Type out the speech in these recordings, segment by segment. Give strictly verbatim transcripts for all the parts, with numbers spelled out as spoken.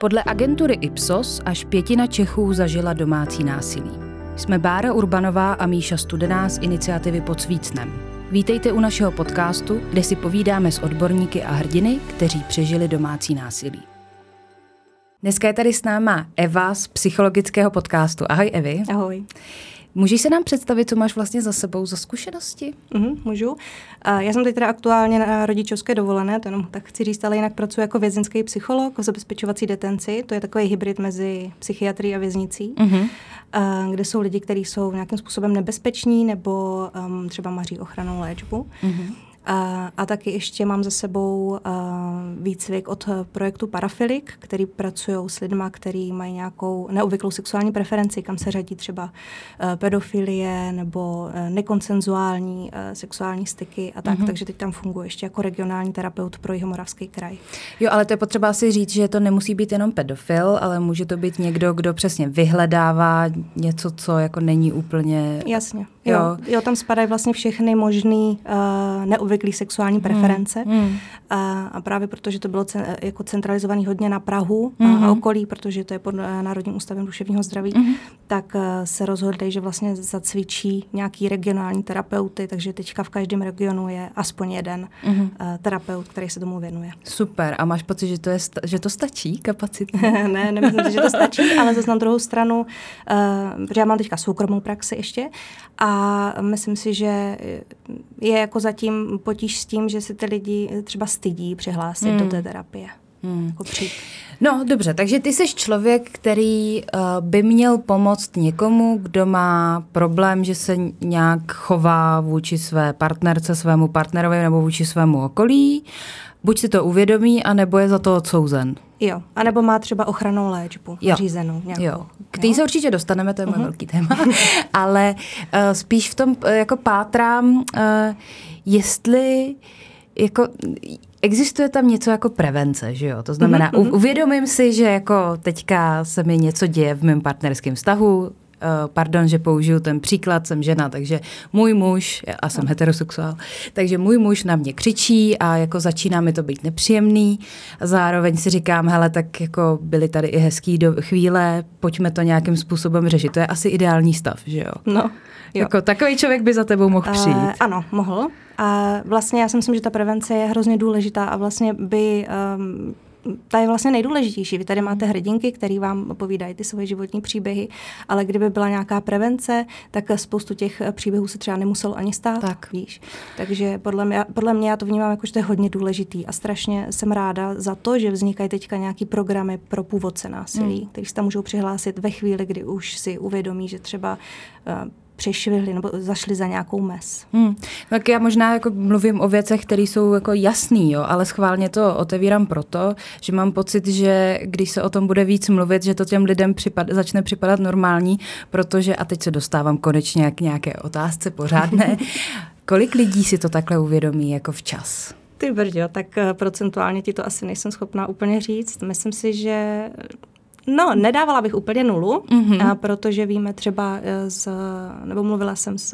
Podle agentury Ipsos až pětina Čechů zažila domácí násilí. Jsme Bára Urbanová a Míša Studená z iniciativy Pod svícnem. Vítejte u našeho podcastu, kde si povídáme s odborníky a hrdiny, kteří přežili domácí násilí. Dneska je tady s náma Eva z psychologického podcastu. Ahoj Evi. Ahoj. Můžeš se nám představit, co máš vlastně za sebou za zkušenosti? Mm, můžu. Já jsem teď teda aktuálně na rodičovské dovolené, to jenom tak chci říct, ale jinak pracuji jako vězeňský psycholog v zabezpečovací detenci. To je takový hybrid mezi psychiatrií a věznicí, mm-hmm. kde jsou lidi, kteří jsou nějakým způsobem nebezpeční nebo um, třeba maří ochrannou léčbu. Mm-hmm. A, a taky ještě mám za sebou a, výcvik od projektu Parafilik, který pracují s lidma, kteří mají nějakou neobvyklou sexuální preferenci, kam se řadí třeba a, pedofilie nebo a, nekonsenzuální a, sexuální styky a tak. Mm-hmm. Takže teď tam funguje ještě jako regionální terapeut pro Jihomoravský kraj. Jo, ale to je potřeba si říct, že to nemusí být jenom pedofil, ale může to být někdo, kdo přesně vyhledává něco, co jako není úplně... Jasně. Jo, jo. jo tam spadají vlastně všechny možný uh, neobvyklý sexuální preference hmm. Hmm. A, a právě protože to bylo ce, jako centralizovaný hodně na Prahu hmm. a okolí, protože to je pod uh, Národním ústavem duševního zdraví, hmm. tak uh, se rozhodli, že vlastně zacvičí nějaký regionální terapeuty, takže teďka v každém regionu je aspoň jeden hmm. uh, terapeut, který se tomu věnuje. Super. A máš pocit, že to, je sta- že to stačí kapacitně? ne, nemyslím si, že to stačí, ale zase na druhou stranu, uh, protože já mám teďka soukromou praxi ještě a A myslím si, že je jako zatím potíž s tím, že se ty lidi třeba stydí přihlásit hmm. do té terapie. Hmm. Jako no dobře, takže ty jsi člověk, který uh, by měl pomoct někomu, kdo má problém, že se nějak chová vůči své partnerce, svému partnerovi nebo vůči svému okolí. Buď si to uvědomí, anebo je za to odsouzen. Jo, anebo má třeba ochrannou léčbu jo. řízenou nějakou. Jo. K té se určitě dostaneme, to je uh-huh. můj velký téma. Ale uh, spíš v tom uh, jako pátrám, uh, jestli jako existuje tam něco jako prevence, že jo? To znamená, uh-huh. uvědomím si, že jako teďka se mi něco děje v mém partnerském vztahu. Uh, pardon, že použiju ten příklad, jsem žena, takže můj muž, a jsem heterosexuál, takže můj muž na mě křičí a jako začíná mi to být nepříjemný. Zároveň si říkám, hele, tak jako byly tady i hezký do chvíle, pojďme to nějakým způsobem řešit. To je asi ideální stav, že jo? No, jo. Jako takový člověk by za tebou mohl přijít. Uh, ano, mohl. A vlastně já si myslím, že ta prevence je hrozně důležitá a vlastně by... Um, ta je vlastně nejdůležitější. Vy tady máte hrdinky, který vám povídají ty svoje životní příběhy, ale kdyby byla nějaká prevence, tak spoustu těch příběhů se třeba nemuselo ani stát. Tak. Víš. Takže podle mě, podle mě já to vnímám jako, že to je hodně důležitý a strašně jsem ráda za to, že vznikají teďka nějaký programy pro původce násilí, hmm. který se tam můžou přihlásit ve chvíli, kdy už si uvědomí, že třeba uh, přešvihli nebo zašli za nějakou mez. Hmm. Tak já možná jako mluvím o věcech, které jsou jako jasný, jo, ale schválně to otevírám proto, že mám pocit, že když se o tom bude víc mluvit, že to těm lidem připad, začne připadat normální, protože, a teď se dostávám konečně k nějaké otázce pořádné, kolik lidí si to takhle uvědomí jako včas? Ty brďo, tak procentuálně ti to asi nejsem schopná úplně říct. Myslím si, že No, nedávala bych úplně nulu, mm-hmm. a protože víme třeba, z, nebo mluvila jsem s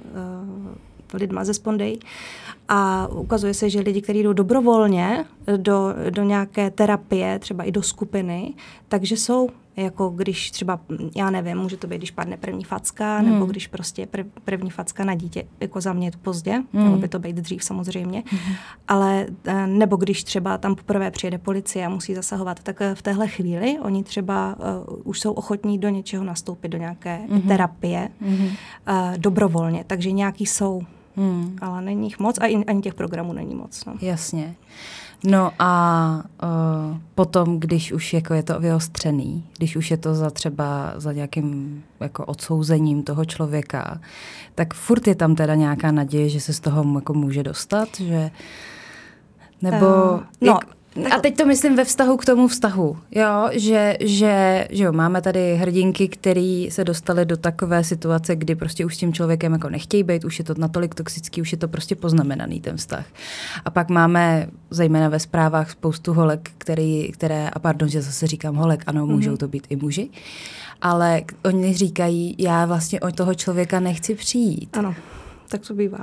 uh, lidma ze Spondej a ukazuje se, že lidi, kteří jdou dobrovolně do, do nějaké terapie, třeba i do skupiny, takže jsou jako když třeba, já nevím, může to být, když padne první facka, mm. nebo když prostě prv, první facka na dítě, jako za mě je to pozdě, mm. mělo by to být dřív samozřejmě, mm. ale nebo když třeba tam poprvé přijede policie a musí zasahovat, tak v téhle chvíli oni třeba uh, už jsou ochotní do něčeho nastoupit, do nějaké mm. terapie mm. uh, dobrovolně, takže nějaký jsou, mm. ale není jich moc a ani těch programů není moc. No. Jasně. No a uh, potom, když už jako je to vyostřený, když už je to za třeba za nějakým jako odsouzením toho člověka, tak furt je tam teda nějaká naděje, že se z toho jako může dostat, že nebo uh, no. Jak, a teď to myslím ve vztahu k tomu vztahu, jo, že, že, že jo, máme tady hrdinky, který se dostali do takové situace, kdy prostě už s tím člověkem jako nechtějí být, už je to natolik toxický, už je to prostě poznamenaný ten vztah. A pak máme zejména ve zprávách spoustu holek, který, které, a pardon, že zase říkám holek, ano, můžou mm-hmm. to být i muži, ale oni říkají, já vlastně od toho člověka nechci přijít. Ano. Tak to bývá, no.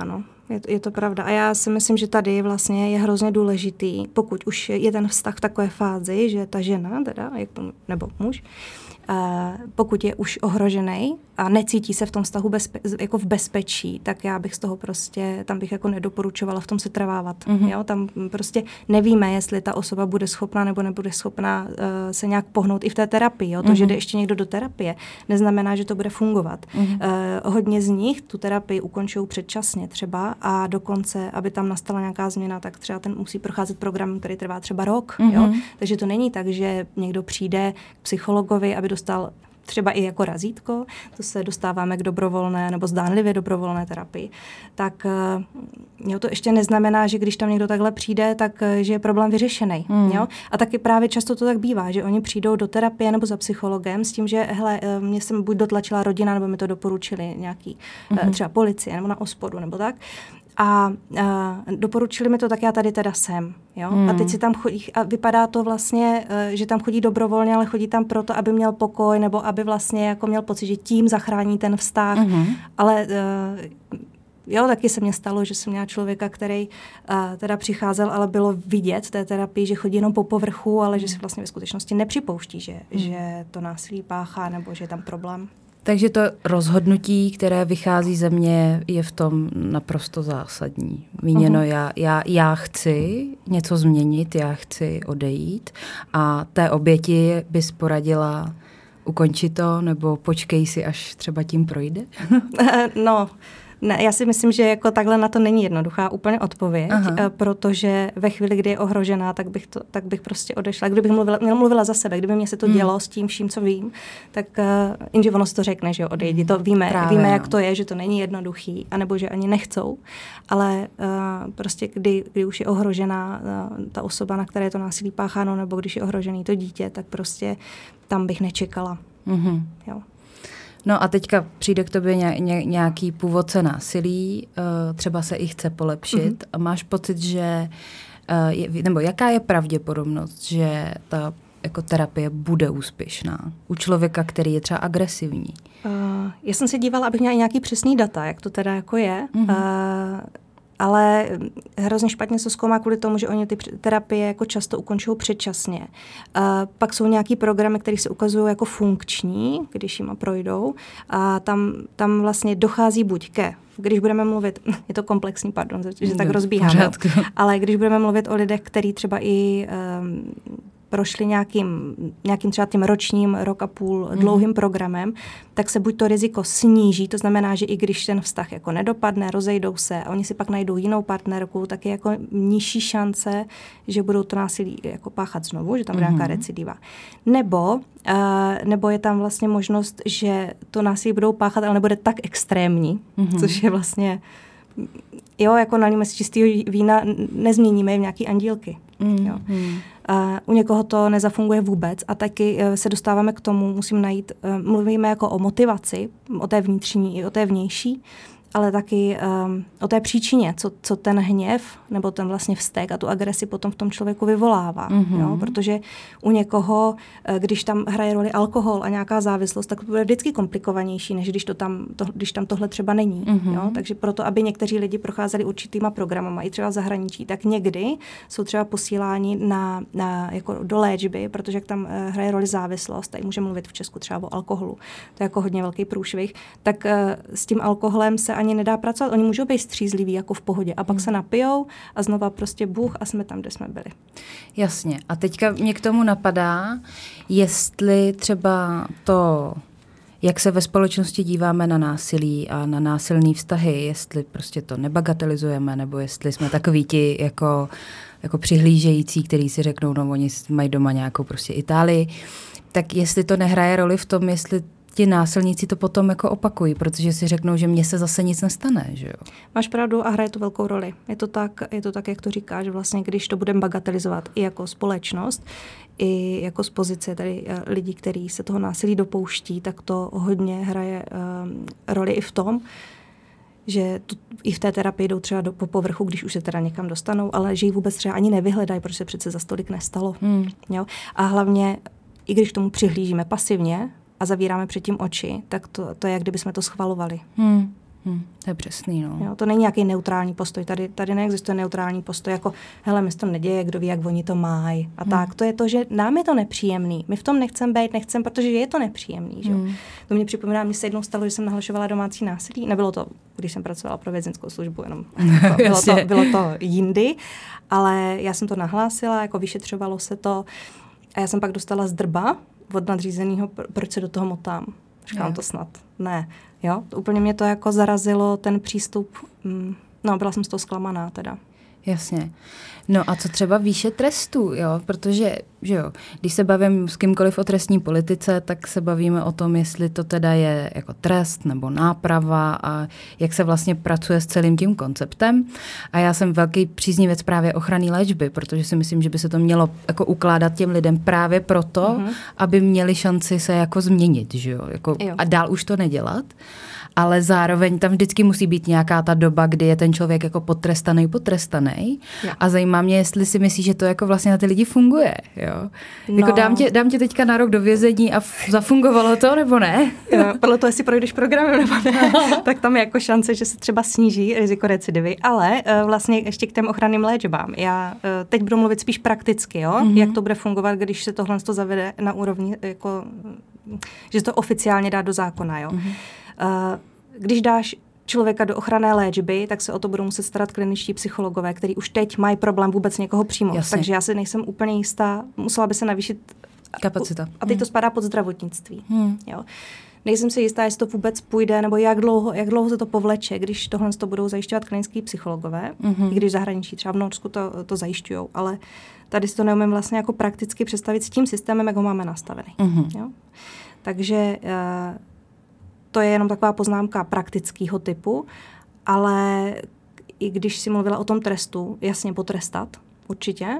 je to, je to pravda. A já si myslím, že tady vlastně je hrozně důležitý, pokud už je ten vztah v takové fázi, že ta žena, teda, nebo muž, Uh, pokud je už ohrožený a necítí se v tom vztahu bezpe- jako v bezpečí, tak já bych z toho prostě, tam bych jako nedoporučovala v tom se trvávat. Mm-hmm. Jo? Tam prostě nevíme, jestli ta osoba bude schopná nebo nebude schopná uh, se nějak pohnout i v té terapii. Jo? To, mm-hmm. že jde ještě někdo do terapie, neznamená, že to bude fungovat. Mm-hmm. Uh, hodně z nich tu terapii ukončují předčasně třeba a dokonce, aby tam nastala nějaká změna, tak třeba ten musí procházet program, který trvá třeba rok. Mm-hmm. Jo? Takže to není tak, že někdo přijde k psychologovi, aby dostal třeba i jako razítko, to se dostáváme k dobrovolné nebo zdánlivě dobrovolné terapii, tak jo, to ještě neznamená, že když tam někdo takhle přijde, tak že je problém vyřešený. Hmm. Jo? A taky právě často to tak bývá, že oni přijdou do terapie nebo za psychologem s tím, že hele, mě jsem buď dotlačila rodina, nebo mi to doporučili nějaký hmm. třeba policie nebo na ospodu nebo tak. A, a doporučili mi to, tak já tady teda jsem. Jo? Hmm. A teď si tam chodí, a vypadá to vlastně, že tam chodí dobrovolně, ale chodí tam proto, aby měl pokoj, nebo aby vlastně jako měl pocit, že tím zachrání ten vztah. Hmm. Ale jo, taky se mně stalo, že jsem měla člověka, který uh, teda přicházel, ale bylo vidět v té terapii, že chodí jenom po povrchu, ale že si vlastně ve skutečnosti nepřipouští, že, hmm. že to násilí páchá, nebo že je tam problém. Takže to rozhodnutí, které vychází ze mě, je v tom naprosto zásadní. Míněno, uh-huh. já, já, já chci něco změnit, já chci odejít a té oběti bys poradila ukončit to, nebo počkej si, až třeba tím projde? No, ne, já si myslím, že jako takhle na to není jednoduchá úplně odpověď, Aha. protože ve chvíli, kdy je ohrožená, tak bych, to, tak bych prostě odešla. Kdybych mluvila, mluvila za sebe, kdyby mě se to dělo hmm. s tím vším, co vím, tak uh, jenže ono si to řekne, že jo, odejdi. To víme, Právě, víme, jak no. to je, že to není jednoduchý, anebo že ani nechcou, ale uh, prostě kdy, kdy už je ohrožená uh, ta osoba, na které je to násilí pácháno, nebo když je ohrožený to dítě, tak prostě tam bych nečekala. Mm-hmm. Jo. No a teďka přijde k tobě nějaký původce násilí, třeba se i chce polepšit mm-hmm. a máš pocit, že, nebo jaká je pravděpodobnost, že ta jako terapie bude úspěšná u člověka, který je třeba agresivní? Uh, já jsem se dívala, abych měla i nějaký přesný data, jak to teda jako je. Mm-hmm. Uh, ale hrozně špatně se zkoumá kvůli tomu, že oni ty terapie jako často ukončují předčasně. Uh, pak jsou nějaký programy, které se ukazují jako funkční, když jim projdou. A tam, tam vlastně dochází buď ke, když budeme mluvit, je to komplexní, pardon, že tak rozbíháme, ale když budeme mluvit o lidech, který třeba i um, prošli nějakým, nějakým třeba tím ročním, rok a půl dlouhým mm. programem, tak se buď to riziko sníží, to znamená, že i když ten vztah jako nedopadne, rozejdou se a oni si pak najdou jinou partnerku, tak je jako nižší šance, že budou to násilí jako páchat znovu, že tam bude mm. nějaká recidiva. Nebo, uh, nebo je tam vlastně možnost, že to násilí budou páchat, ale nebude tak extrémní, mm. což je vlastně, jo, jako nalíme z čistého vína, nezměníme je v nějaký andílky. Mm. Jo. Mm. Uh, u někoho to nezafunguje vůbec a taky uh, se dostáváme k tomu, musím najít, uh, mluvíme jako o motivaci, o té vnitřní i o té vnější, ale taky um, o té příčině, co, co ten hněv nebo ten vlastně vztek a tu agresi potom v tom člověku vyvolává. Mm-hmm. Jo? Protože u někoho, když tam hraje roli alkohol a nějaká závislost, tak to bude vždycky komplikovanější, než když, to tam, to, když tam tohle třeba není. Mm-hmm. Jo? Takže proto, aby někteří lidi procházeli určitýma programama, i třeba v zahraničí, tak někdy jsou třeba posíláni na, na, jako do léčby, protože jak tam uh, hraje roli závislost, tady můžeme mluvit v Česku třeba o alkoholu, to je jako hodně velký průšvih, tak uh, s tím alkoholem se ani nedá pracovat. Oni můžou být střízliví jako v pohodě a pak hmm. se napijou a znova prostě bůh a jsme tam, kde jsme byli. Jasně. A teďka mě k tomu napadá, jestli třeba to, jak se ve společnosti díváme na násilí a na násilné vztahy, jestli prostě to nebagatelizujeme, nebo jestli jsme takoví ti jako, jako přihlížející, který si řeknou, no oni mají doma nějakou prostě Itálii, tak jestli to nehraje roli v tom, jestli ti násilníci to potom jako opakují, protože si řeknou, že mně se zase nic nestane, že jo? Máš pravdu a hraje to velkou roli. Je to tak, je to tak, jak to říkáš, vlastně, když to budeme bagatelizovat i jako společnost, i jako z pozice tady lidí, kteří se toho násilí dopouští, tak to hodně hraje um, roli i v tom, že tu, i v té terapii jdou třeba do, po povrchu, když už se teda někam dostanou, ale že ji vůbec třeba ani nevyhledají, protože se přece za stolik nestalo. Hmm. Jo? A hlavně, i když tomu přihlížíme pasivně, a zavíráme předtím oči, tak to, to je, jak kdyby jsme to schvalovali. Hmm. Hmm, to je přesný, no. Jo, to není nějaký neutrální postoj, tady, tady neexistuje neutrální postoj, jako hele, mi se to neděje, kdo ví, jak oni to mají a hmm. tak. To je to, že nám je to nepříjemný, my v tom nechcem být, nechcem, protože je to nepříjemný, že? Hmm. To mě připomíná, mně se jednou stalo, že jsem nahlašovala domácí násilí, nebylo to, když jsem pracovala pro vězeňskou službu, jenom to, bylo, to, bylo to jindy, ale já jsem to nahlásila, jako vyšetřovalo se to a já jsem pak dostala zdrba od nadřízeného, proč se do toho motám. Říkám to snad. Ne. Jo, úplně mě to jako zarazilo, ten přístup. Mm, no, byla jsem z toho zklamaná teda. Jasně. No a co třeba výše trestu, jo? Protože, že jo, když se bavím s kýmkoliv o trestní politice, tak se bavíme o tom, jestli to teda je jako trest nebo náprava a jak se vlastně pracuje s celým tím konceptem. A já jsem velký příznivec právě ochranné léčby, protože si myslím, že by se to mělo jako ukládat těm lidem právě proto, mm-hmm. aby měli šanci se jako změnit, že jo? Jako, jo. A dál už to nedělat. Ale zároveň tam vždycky musí být nějaká ta doba, kdy je ten člověk jako potrestaný, potrestaný. Jo. A zajímá mě, jestli si myslíš, že to jako vlastně na ty lidi funguje. Jo? No. Jako dám tě, dám tě teďka na rok do vězení a f- zafungovalo to, nebo ne? Jo, podle toho, jestli projdeš programem, nebo ne, tak tam je jako šance, že se třeba sníží riziko recidivy. Ale uh, vlastně ještě k těm ochranným léčbám. Já uh, teď budu mluvit spíš prakticky, jo? Mm-hmm. Jak to bude fungovat, když se tohle to zavede na úrovni, jako, že to oficiálně dá do zákona, jo? Mm-hmm. Uh, když dáš člověka do ochranné léčby, tak se o to budou muset starat kliničtí psychologové, kteří už teď mají problém vůbec někoho přijmout. Jasně. Takže já si nejsem úplně jistá, musela by se navýšit kapacita. A teď hmm. to spadá pod zdravotnictví. Hmm. Jo. Nejsem si jistá, jestli to vůbec půjde, nebo jak dlouho, jak dlouho se to povleče, když tohle to budou zajišťovat klinický psychologové, hmm. i když v zahraničí, třeba v Norsku to, to zajišťujou, ale tady si to neumím vlastně jako prakticky představit s tím systémem, jak ho máme nastavený. Hmm. Jo. Takže uh, to je jenom taková poznámka praktického typu, ale i když si mluvila o tom trestu, jasně potrestat, určitě,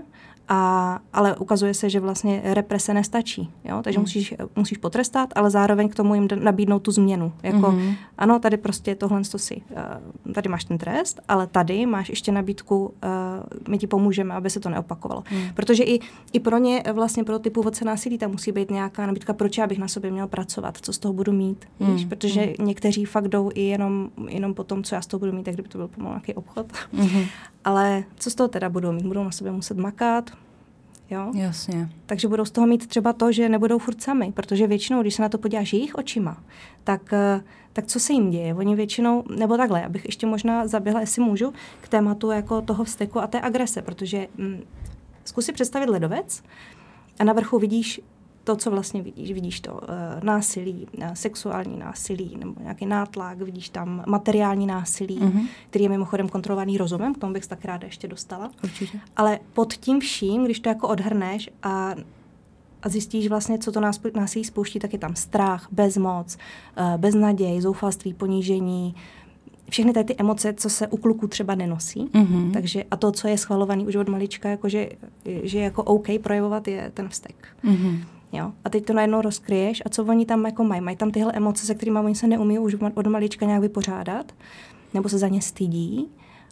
a, ale ukazuje se, že vlastně represe nestačí. Jo? Takže mm. musíš, musíš potrestat, ale zároveň k tomu jim nabídnout tu změnu. Jako, mm. ano, tady prostě tohle to si, uh, tady máš ten trest, ale tady máš ještě nabídku, uh, my ti pomůžeme, aby se to neopakovalo. Mm. Protože i, i pro ně, vlastně pro ty původce násilí, tam musí být nějaká nabídka, proč já bych na sobě měl pracovat, co z toho budu mít. Mm. Víš? Protože mm. někteří fakt jdou i jenom, jenom po tom, co já z toho budu mít, tak kdyby to byl pomalu nějaký obchod. Mm. Ale co z toho teda budou mít? Budou na sobě muset makat. Jo? Jasně. Takže budou z toho mít třeba to, že nebudou furt sami, protože většinou, když se na to podíváš jejich očima, tak, tak co se jim děje? Oni většinou, nebo takhle, abych ještě možná zaběhla, jestli můžu, k tématu jako toho vzteku a té agrese, protože hm, zkus si představit ledovec a na vrchu vidíš to, co vlastně vidíš. Vidíš to uh, násilí, uh, sexuální násilí nebo nějaký nátlak, vidíš tam materiální násilí, mm-hmm. který je mimochodem kontrolovaný rozumem, k tomu bych se tak ráda ještě dostala. Určitě. Ale pod tím vším, když to jako odhrneš a, a zjistíš vlastně, co to násilí spouští, tak je tam strach, bezmoc, uh, beznaděj, zoufalství, ponížení, všechny tady ty emoce, co se u kluků třeba nenosí. Mm-hmm. Takže a to, co je schvalovaný už od malička, jako že, že jako OK projevovat, je ten vztek. Mm-hmm. Jo? A teď to najednou rozkryješ a co oni tam jako mají? Mají tam tyhle emoce, se kterými oni se neumí už od malička nějak vypořádat, nebo se za ně stydí.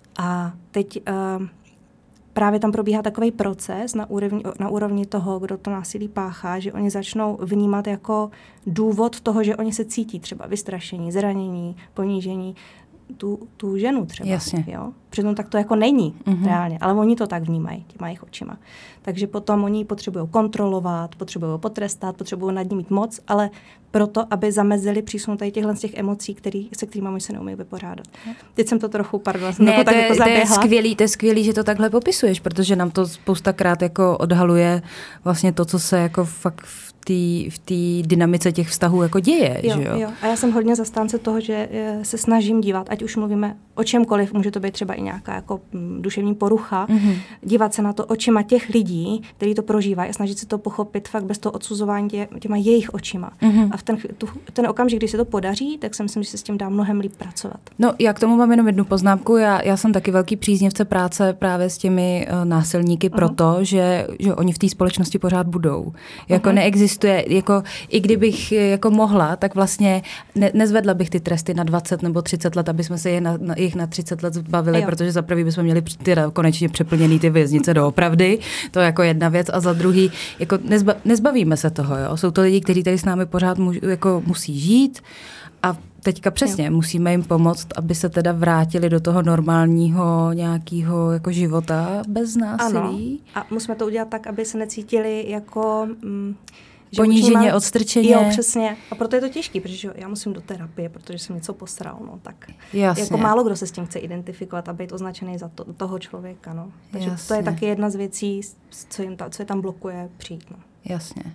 A teď uh, právě tam probíhá takový proces na úrovni, na úrovni toho, kdo to násilí páchá, že oni začnou vnímat jako důvod toho, že oni se cítí třeba vystrašení, zranění, ponížení, tu, tu ženu třeba. Jasně. Jo? Přitom tak to jako není mm-hmm. reálně, ale oni to tak vnímají těma jejich očima. Takže potom oni potřebují kontrolovat, potřebují potrestat, potřebují nad ním mít moc, ale proto, aby zamezili přísunu tady těchhle z těch emocí, který, se kterými oni se neumí vypořádat. Teď jsem to trochu, pardon, jsem ne, to tak je, jako zaběhla. To je skvělý, to je skvělý, že to takhle popisuješ, protože nám to spoustakrát jako odhaluje vlastně to, co se jako fakt v té v té dynamice těch vztahů jako děje. Jo, že jo? jo. A já jsem hodně zastánce toho, že se snažím dívat, ať už mluvíme o čemkoliv, může to být třeba i nějaká jako duševní porucha, mm-hmm. dívat se na to očima těch lidí, kteří to prožívají a snažit se to pochopit fakt bez toho odsuzování tě, těma jejich očima. Mm-hmm. A v ten, tu, ten okamžik, kdy se to podaří, tak si myslím, že se s tím dá mnohem líp pracovat. No, já k tomu mám jenom jednu poznámku. Já, já jsem taky velký příznivce práce právě s těmi uh, násilníky, uh-huh. proto, že, že oni v té společnosti pořád budou. Jako uh-huh. neexistuje, jako i kdybych jako mohla, tak vlastně ne, nezvedla bych ty tresty na dvacet nebo třicet let, aby jsme se je na, na, jich na třicet let zbavili, jo. Protože za prvý bychom měli teda konečně přeplněný ty věznice doopravdy. To je jako jedna věc. A za druhý, jako nezba, nezbavíme se toho. Jo? Jsou to lidi, kteří tady s námi pořád muž, jako musí žít a teďka přesně, jo. musíme jim pomoct, aby se teda vrátili do toho normálního nějakého jako života bez násilí. Ano. A musíme to udělat tak, aby se necítili jako... Mm, poníženě, má... odstrčeně. Jo, přesně. A proto je to těžké, protože já musím do terapie, protože jsem něco posral, no tak. Jasně. Jako málo kdo se s tím chce identifikovat a být označený za to, toho člověka, no. Takže Jasně. to je taky jedna z věcí, co, jim ta, co je tam blokuje přijít, no. Jasně.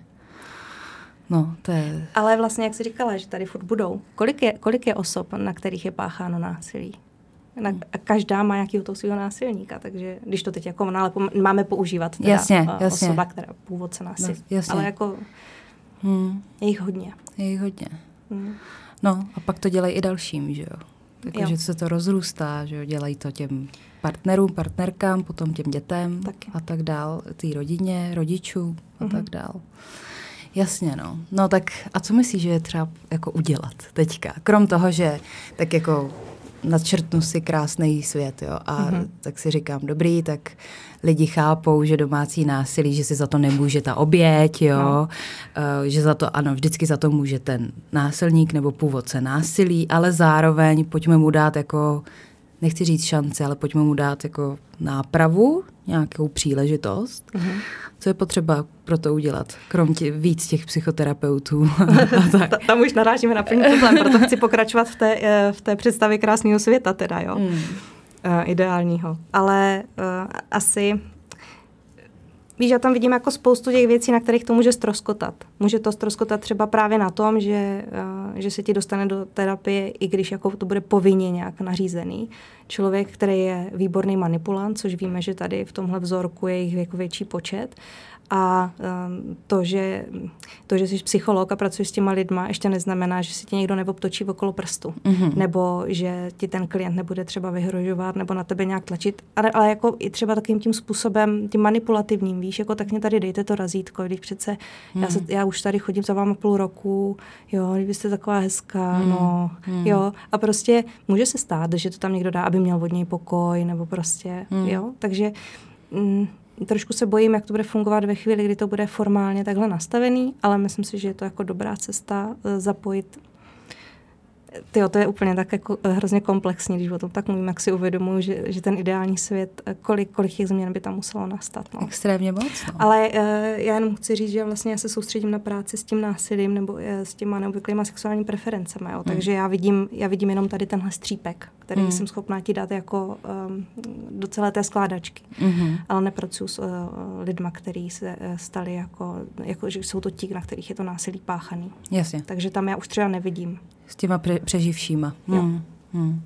No, to je... Ale vlastně, jak jsi říkala, že tady furt budou. Kolik je, kolik je osob, na kterých je pácháno násilí? Na, a každá má nějakého toho svého násilníka, takže když to teď jako ale máme používat teda jasně, jasně. osoba, která původce násilí. Jasně. Ale jako hmm. je jich hodně. Je jich hodně. Hmm. No a pak to dělají i dalším, že jo? Takže se to rozrůstá, že jo? Dělají to těm partnerům, partnerkám, potom těm dětem Taky. a tak dál, té rodině, rodičů a mm-hmm. tak dál. Jasně, no. No tak a co myslíš, že je třeba jako udělat teďka? Krom toho, že tak jako nadčrtnu si krásný svět, jo, a mm-hmm. tak si říkám, dobrý, tak lidi chápou, že domácí násilí, že si za to nemůže ta oběť, jo, no. uh, že za to, ano, vždycky za to může ten násilník nebo původce násilí, ale zároveň pojďme mu dát jako, nechci říct šanci, ale pojďme mu dát jako nápravu, nějakou příležitost. Mm-hmm. Co je potřeba pro to udělat, krom tě, víc těch psychoterapeutů? a tak. Tam už narážíme na první problém, proto chci pokračovat v té, v té představě krásného světa teda, jo. Mm. Uh, ideálního. Ale uh, asi... Víš, já tam vidím jako spoustu těch věcí, na kterých to může ztroskotat. Může to ztroskotat třeba právě na tom, že, uh, že se ti dostane do terapie, i když jako to bude povinně nějak nařízený. Člověk, který je výborný manipulant, což víme, že tady v tomhle vzorku je jich jako větší počet. A um, to, že, to, že jsi psycholog a pracuješ s těma lidma, ještě neznamená, že si tě někdo neobtočí okolo prstu. Mm-hmm. Nebo že ti ten klient nebude třeba vyhrožovat nebo na tebe nějak tlačit. Ale, ale jako i třeba takovým tím způsobem, tím manipulativním, víš, jako tak mě tady dejte to razítko, když přece mm. já, se, já už tady chodím za váma půl roku, jo, vy jste taková hezká, mm. no, mm. jo. A prostě může se stát, že to tam někdo dá, aby měl od něj pokoj, nebo prostě, mm. jo. Takže... Mm, trošku se bojím, jak to bude fungovat ve chvíli, kdy to bude formálně takhle nastavený, ale myslím si, že je to jako dobrá cesta zapojit. Tyjo, to je úplně tak jako hrozně komplexní, když o tom tak mluvím, jak si uvědomuji, že, že ten ideální svět, kolik, kolik těch změn by tam muselo nastat. No. Extrémně moc. No. Ale uh, já jenom chci říct, že vlastně já se soustředím na práci s tím násilím nebo uh, s těma neobvyklýma sexuálními preferencemi. Jo. Hmm. Takže já vidím, já vidím jenom tady tenhle střípek, který hmm. jsem schopná ti dát jako um, do celé té skládačky. Hmm. Ale nepracuji s uh, lidma, kteří se uh, stali jako, jako, že jsou to ti, na kterých je to násilí páchaný. Jasně. Takže tam já už třeba nevidím. S těma pre- přeživšíma. Hmm. Hmm.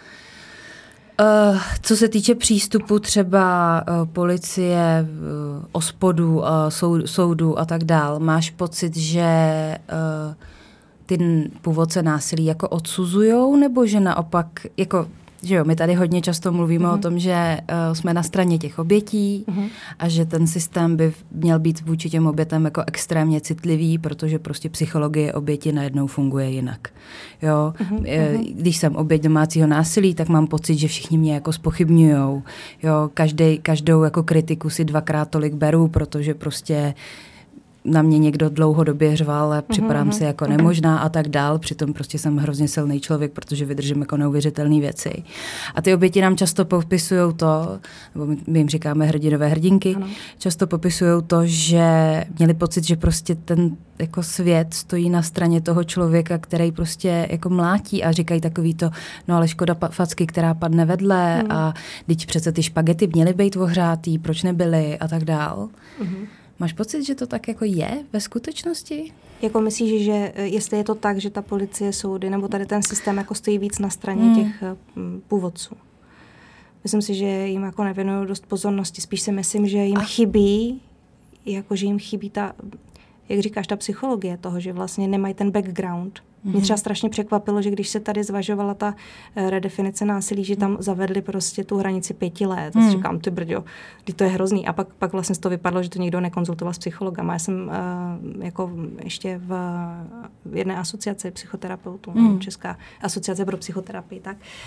Uh, co se týče přístupu třeba uh, policie, uh, ospodů, uh, sou, soudů a tak dál, máš pocit, že uh, ty původce násilí jako odsuzujou, nebo že naopak, jako, že jo, my tady hodně často mluvíme mm-hmm. o tom, že uh, jsme na straně těch obětí mm-hmm. a že ten systém by měl být vůči těm obětem jako extrémně citlivý, protože prostě psychologie oběti najednou funguje jinak. Jo? Mm-hmm. Když jsem oběť domácího násilí, tak mám pocit, že všichni mě jako zpochybňujou. Jo? Každej, každou jako kritiku si dvakrát tolik beru, protože prostě na mě někdo dlouhodobě řval a připadám mm-hmm. si jako nemožná a tak dál. Přitom prostě jsem hrozně silný člověk, protože vydržím jako neuvěřitelné věci. A ty oběti nám často popisují to, nebo my jim říkáme hrdinové hrdinky, ano. často popisují to, že měli pocit, že prostě ten jako svět stojí na straně toho člověka, který prostě jako mlátí a říkají takový to, no ale škoda facky, která padne vedle mm. a teď přece ty špagety měly být ohřátý, proč nebyly a tak dál. Mm. Máš pocit, že to tak jako je ve skutečnosti? Jako myslíš, že jestli je to tak, že ta policie, soudy nebo tady ten systém jako stojí víc na straně hmm. těch um, původců? Myslím si, že jim jako nevěnují dost pozornosti. Spíš si myslím, že jim A... chybí, jako že jim chybí ta, jak říkáš, ta psychologie toho, že vlastně nemají ten background. Mě třeba strašně překvapilo, že když se tady zvažovala ta uh, redefinice násilí, že tam zavedli prostě tu hranici pěti let. Hmm. A si říkám, ty brďo, ty to je hrozný. A pak, pak vlastně z toho vypadlo, že to nikdo nekonzultoval s psychologama. Já jsem uh, jako ještě v, v jedné asociaci psychoterapeutů, hmm. Česká asociace pro psychoterapii, tak.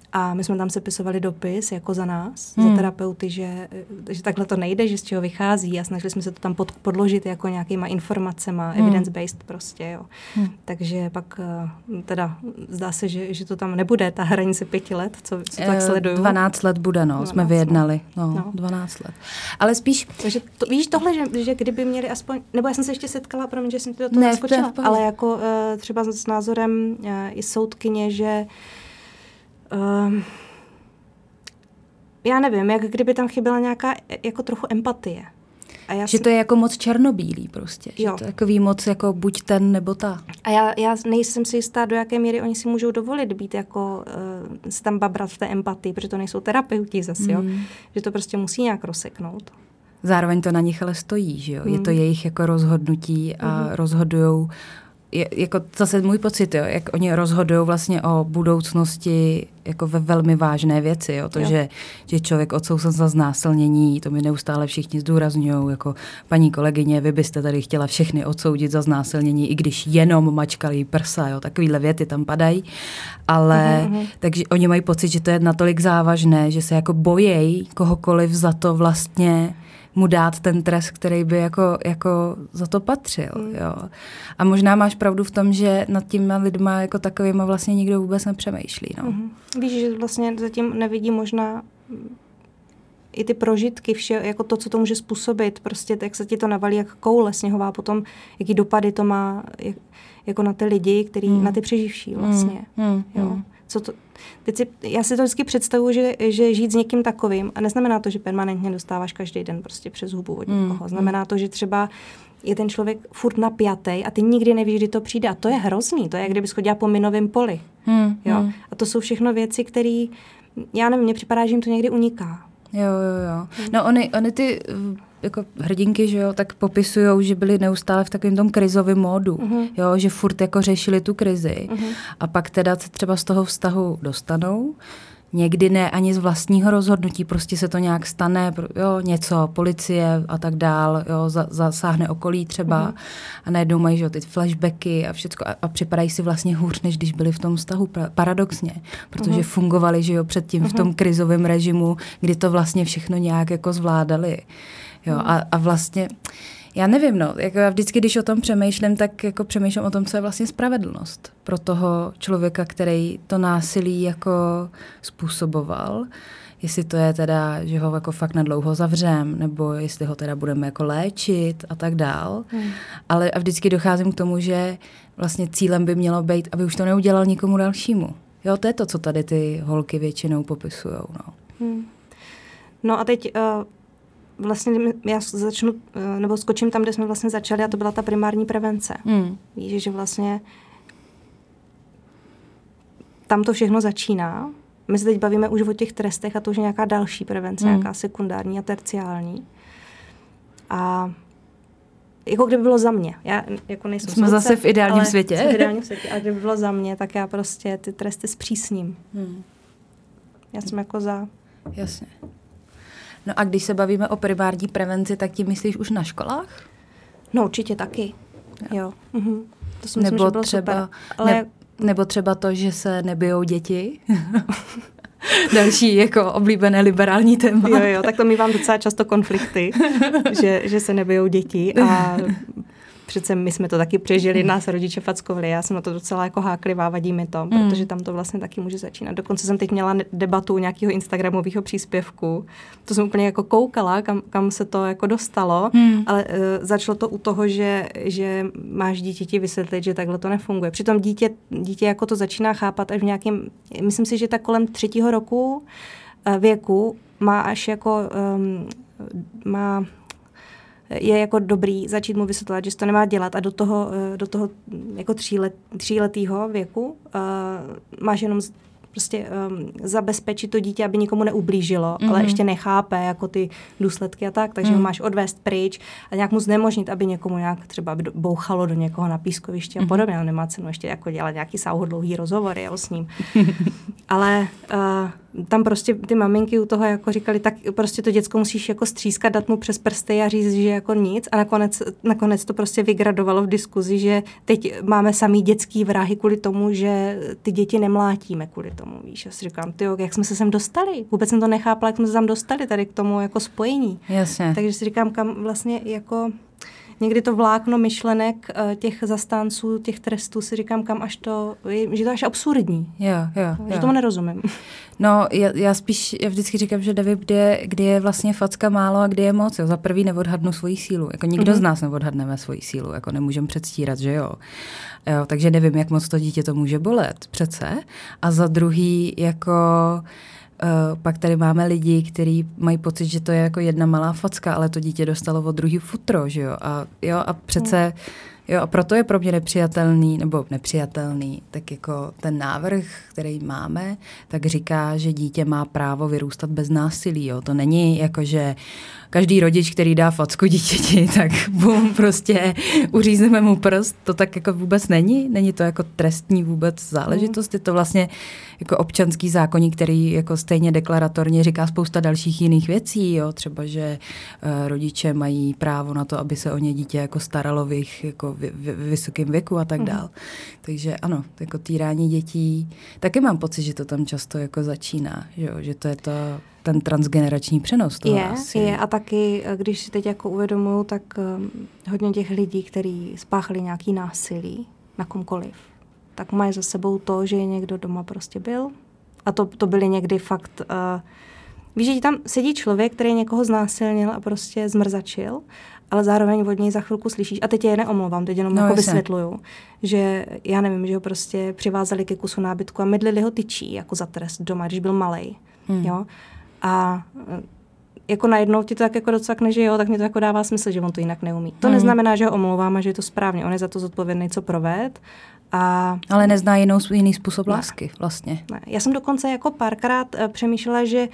A my jsme tam sepisovali dopis jako za nás, hmm. za terapeuty, že, že takhle to nejde, že z čeho vychází a snažili jsme se to tam pod, podložit jako nějakýma informacema, hmm. evidence-based prostě, jo. Hmm. Takže pak teda zdá se, že, že to tam nebude, ta hranice pěti let, co, co tak sleduju. dvanáct let bude, no, jsme vyjednali, no, no, dvanáct let. Ale spíš... Takže to, víš tohle, že, že kdyby měli aspoň, nebo já jsem se ještě setkala, promiň, že jsem ti do toho skočila, ale jako uh, třeba s názorem uh, i soudkyně, že Um, já nevím, jak kdyby tam chyběla nějaká jako trochu empatie. A já že jsem... to je jako moc černobílý prostě. Jo. Že to je takový moc jako buď ten nebo ta. A já, já nejsem si jistá, do jaké míry oni si můžou dovolit být jako uh, se tam babrat v té empatii, protože to nejsou terapeuti zase, mm. jo. Že to prostě musí nějak rozseknout. Zároveň to na nich ale stojí, že jo. Mm. Je to jejich jako rozhodnutí a mm. rozhodujou Je, jako zase můj pocit, jo, jak oni rozhodují vlastně o budoucnosti jako ve velmi vážné věci, jo, to, jo. Že, že člověk odsouzen za znásilnění, to mi neustále všichni zdůrazňují, jako paní kolegyně, vy byste tady chtěla všechny odsoudit za znásilnění, i když jenom mačkali prsa, jo, takovýhle věty tam padají, ale uhum, uhum. takže oni mají pocit, že to je natolik závažné, že se jako bojejí kohokoliv za to vlastně mu dát ten trest, který by jako, jako za to patřil. Mm. Jo. A možná máš pravdu v tom, že nad těma lidma jako takovýma vlastně nikdo vůbec nepřemýšlí. No. Mm-hmm. Víš, že vlastně zatím nevidí možná i ty prožitky, vše, jako to, co to může způsobit, prostě jak se ti to navalí jak koule sněhová, potom jaký dopady to má jak, jako na ty lidi, který, mm. na ty přeživší vlastně. Mm. Jo. Mm. Co to, teď si, já si to vždycky představuji, že, že žít s někým takovým, a neznamená to, že permanentně dostáváš každý den prostě přes hubu od někoho. Mm. Znamená to, že třeba je ten člověk furt napjatý a ty nikdy nevíš, kdy to přijde. A to je hrozný. To je, jak kdybys chodila po minovém poli. Mm. Jo? A to jsou všechno věci, které, já nevím, mně připadá, že jim to někdy uniká. Jo, jo, jo. No oni, oni ty jako hrdinky, že jo, tak popisujou, že byli neustále v takovém tom krizovém módu, uh-huh. jo, že furt jako řešili tu krizi uh-huh. a pak teda třeba z toho vztahu dostanou, někdy ne ani z vlastního rozhodnutí, prostě se to nějak stane, jo, něco, policie a tak dál, jo, za, zasáhne okolí třeba uh-huh. a najednou mají, že jo, ty flashbacky a všecko a, a připadají si vlastně hůř, než když byli v tom vztahu, pra, paradoxně, protože uh-huh. fungovali, že jo, předtím uh-huh. v tom krizovém režimu, kdy to vlastně všechno nějak jako zvládali. Jo, a, a vlastně, já nevím, no, jako já vždycky, když o tom přemýšlím, tak jako přemýšlím o tom, co je vlastně spravedlnost pro toho člověka, který to násilí jako způsoboval. Jestli to je teda, že ho jako fakt nadlouho zavřem, nebo jestli ho teda budeme jako léčit a tak dál. Hmm. Ale a vždycky docházím k tomu, že vlastně cílem by mělo být, aby už to neudělal nikomu dalšímu. Jo, to je to, co tady ty holky většinou popisujou, no. Hmm. No a teď... Uh... Vlastně já začnu, nebo skočím tam, kde jsme vlastně začali a to byla ta primární prevence. Mm. Víš, že vlastně tam to všechno začíná. My se teď bavíme už o těch trestech a to už je nějaká další prevence, mm. nějaká sekundární a terciální. A jako kdyby bylo za mě. Já jako nejsem Jsme soudce, zase v ideálním světě. v ideálním světě. A kdyby bylo za mě, tak já prostě ty tresty zpřísním. Mm. Já jsem jako za... Jasně. No a když se bavíme o primární prevenci, tak tím myslíš už na školách? No určitě taky, jo. jo. Mhm. To si myslím, nebo že bylo třeba, super. Ale... Ne, nebo třeba to, že se nebijou děti? Další jako oblíbené liberální téma. Jo, jo, tak to mívám docela často konflikty, že, že se nebijou děti a... Přece my jsme to taky přežili, nás rodiče fackovali, já jsem na to docela jako háklivá, vadí mi to, mm. protože tam to vlastně taky může začínat. Dokonce jsem teď měla debatu nějakého instagramového příspěvku, to jsem úplně jako koukala, kam, kam se to jako dostalo, mm. ale uh, začalo to u toho, že, že máš dítěti vysvětlit, že takhle to nefunguje. Přitom dítě, dítě jako to začíná chápat až v nějakém, myslím si, že tak kolem třetího roku uh, věku má až jako, um, má... je jako dobrý začít mu vysvětlovat, že se to nemá dělat a do toho, do toho jako třílet, tříletýho věku uh, máš jenom z, prostě um, zabezpečit to dítě, aby nikomu neublížilo, mm-hmm. ale ještě nechápe jako ty důsledky a tak, takže mm. ho máš odvést pryč a nějak mu znemožnit, aby někomu nějak třeba bouchalo do někoho na pískovišti a mm-hmm. podobně. Nemá cenu ještě jako dělat nějaký sáhodlouhý rozhovory jo, s ním. ale... Uh, tam prostě ty maminky u toho jako říkali, tak prostě to děcko musíš jako střískat, dát mu přes prsty a říct, že jako nic a nakonec, nakonec to prostě vygradovalo v diskuzi, že teď máme samý dětský vrahy kvůli tomu, že ty děti nemlátíme kvůli tomu, víš. Já si říkám, tyjo, jak jsme se sem dostali? Vůbec jsem to nechápala, jak jsme se tam dostali tady k tomu jako spojení. Jasně. Takže si říkám, kam vlastně jako někdy to vlákno myšlenek těch zastánců, těch trestů, si říkám, kam až to, že to až absurdní. Jo, jo, že jo. tomu nerozumím. No, já, já spíš, já vždycky říkám, že nevím, kdy, kdy je vlastně facka málo a kdy je moc. Jo. Za prvý neodhadnu svoji sílu. Jako nikdo mm-hmm. z nás neodhadneme svoji sílu. Jako nemůžeme předstírat, že jo. jo. Takže nevím, jak moc to dítě to může bolet přece. A za druhý, jako... Uh, pak tady máme lidi, kteří mají pocit, že to je jako jedna malá facka, ale to dítě dostalo od druhý futro, že jo. A, jo, a přece, jo, a proto je pro mě nepřijatelný, nebo nepřijatelný, tak jako ten návrh, který máme, tak říká, že dítě má právo vyrůstat bez násilí, jo. To není jako, že každý rodič, který dá facku dítěti, tak bum, prostě uřízneme mu prst. To tak jako vůbec není. Není to jako trestní vůbec záležitost. Je to vlastně jako občanský zákoník, který jako stejně deklaratorně říká spousta dalších jiných věcí. Jo? Třeba, že uh, rodiče mají právo na to, aby se o ně dítě jako staralo v jejich jako v, v, v vysokém věku a tak dál. Mm. Takže ano, jako týrání dětí. Taky mám pocit, že to tam často jako začíná. Jo? Že to je to... ten transgenerační přenos toho je, asi. Je a taky, když si teď jako uvědomuju, tak um, hodně těch lidí, kteří spáchali nějaký násilí na komkoliv, tak mají za sebou to, že je někdo doma prostě byl. A to, to byly někdy fakt... Uh, víš, že tam sedí člověk, který někoho znásilnil a prostě zmrzačil, ale zároveň od něj za chvilku slyšíš, a teď je neomlouvám, teď jenom no, jako vysvětluju, že já nevím, že ho prostě přivázali ke kusu nábytku a mydlili ho tyčí jako za trest doma, když byl malej. Hmm. Jo? A jako najednou ti to tak jako docakne, že jo, tak mi to jako dává smysl, že on to jinak neumí. To hmm. neznamená, že ho omlouvám a že je to správně. On je za to zodpovědný, co proved. A... Ale nezná jinou, jiný způsob ne. lásky vlastně. Ne. Já jsem dokonce jako párkrát uh, přemýšlela, že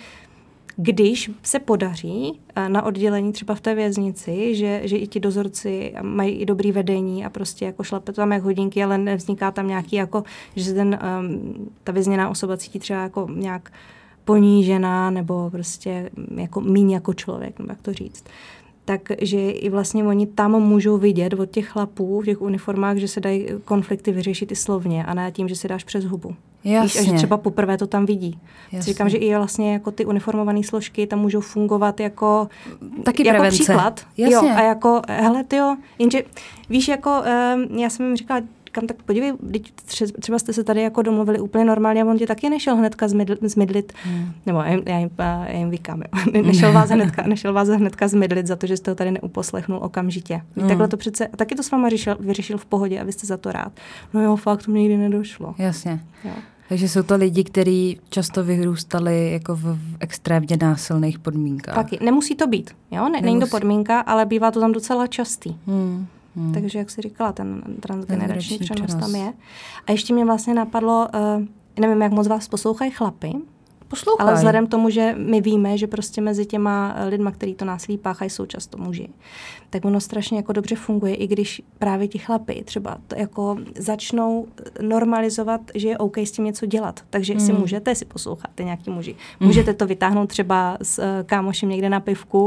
když se podaří uh, na oddělení třeba v té věznici, že, že i ti dozorci mají i dobrý vedení a prostě jako šlape to tam jak hodinky, ale nevzniká tam nějaký jako, že se ten, um, ta vězněná osoba cítí třeba jako nějak ponížená nebo prostě jako míň jako člověk, nebo jak to říct. Takže i vlastně oni tam můžou vidět od těch chlapů v těch uniformách, že se dají konflikty vyřešit i slovně a ne tím, že si dáš přes hubu. Víš, a že třeba poprvé to tam vidí. Říkám, že i vlastně jako ty uniformované složky tam můžou fungovat jako, taky jako prevence. Příklad. Jo, a jako, hele tyjo, jenže víš, jako um, já jsem jim říkala, kam tak podívej, třeba jste se tady jako domluvili úplně normálně a on tě taky nešel hnedka zmydl, zmydlit, hmm. nebo já jim, já jim, já jim vykám, jo. nešel, vás hnedka, nešel vás hnedka zmydlit za to, že jste ho tady neuposlechnul okamžitě. Hmm. Takhle to přece, a taky to s váma řešil, vyřešil v pohodě a vy jste za to rád. No jo, fakt, to mě nikdy nedošlo. Jasně. Jo. Takže jsou to lidi, kteří často vyrůstali jako v, v extrémně násilných podmínkách. Taky, nemusí to být, jo, ne, není to podmínka, ale bývá to tam docela častý. Hmm. Hmm. Takže, jak jsi říkala, ten transgenerační přenos, přenos tam je. A ještě mě vlastně napadlo, uh, nevím, jak moc vás poslouchají chlapy, Poslouchaj. ale vzhledem k tomu, že my víme, že prostě mezi těma lidma, který to násilí páchají, jsou často muži, tak ono strašně jako dobře funguje, i když právě ti chlapy třeba to jako začnou normalizovat, že je OK s tím něco dělat. Takže hmm. si můžete si poslouchat, ty nějaký muži. Můžete to vytáhnout třeba s uh, kámošem někde na pivku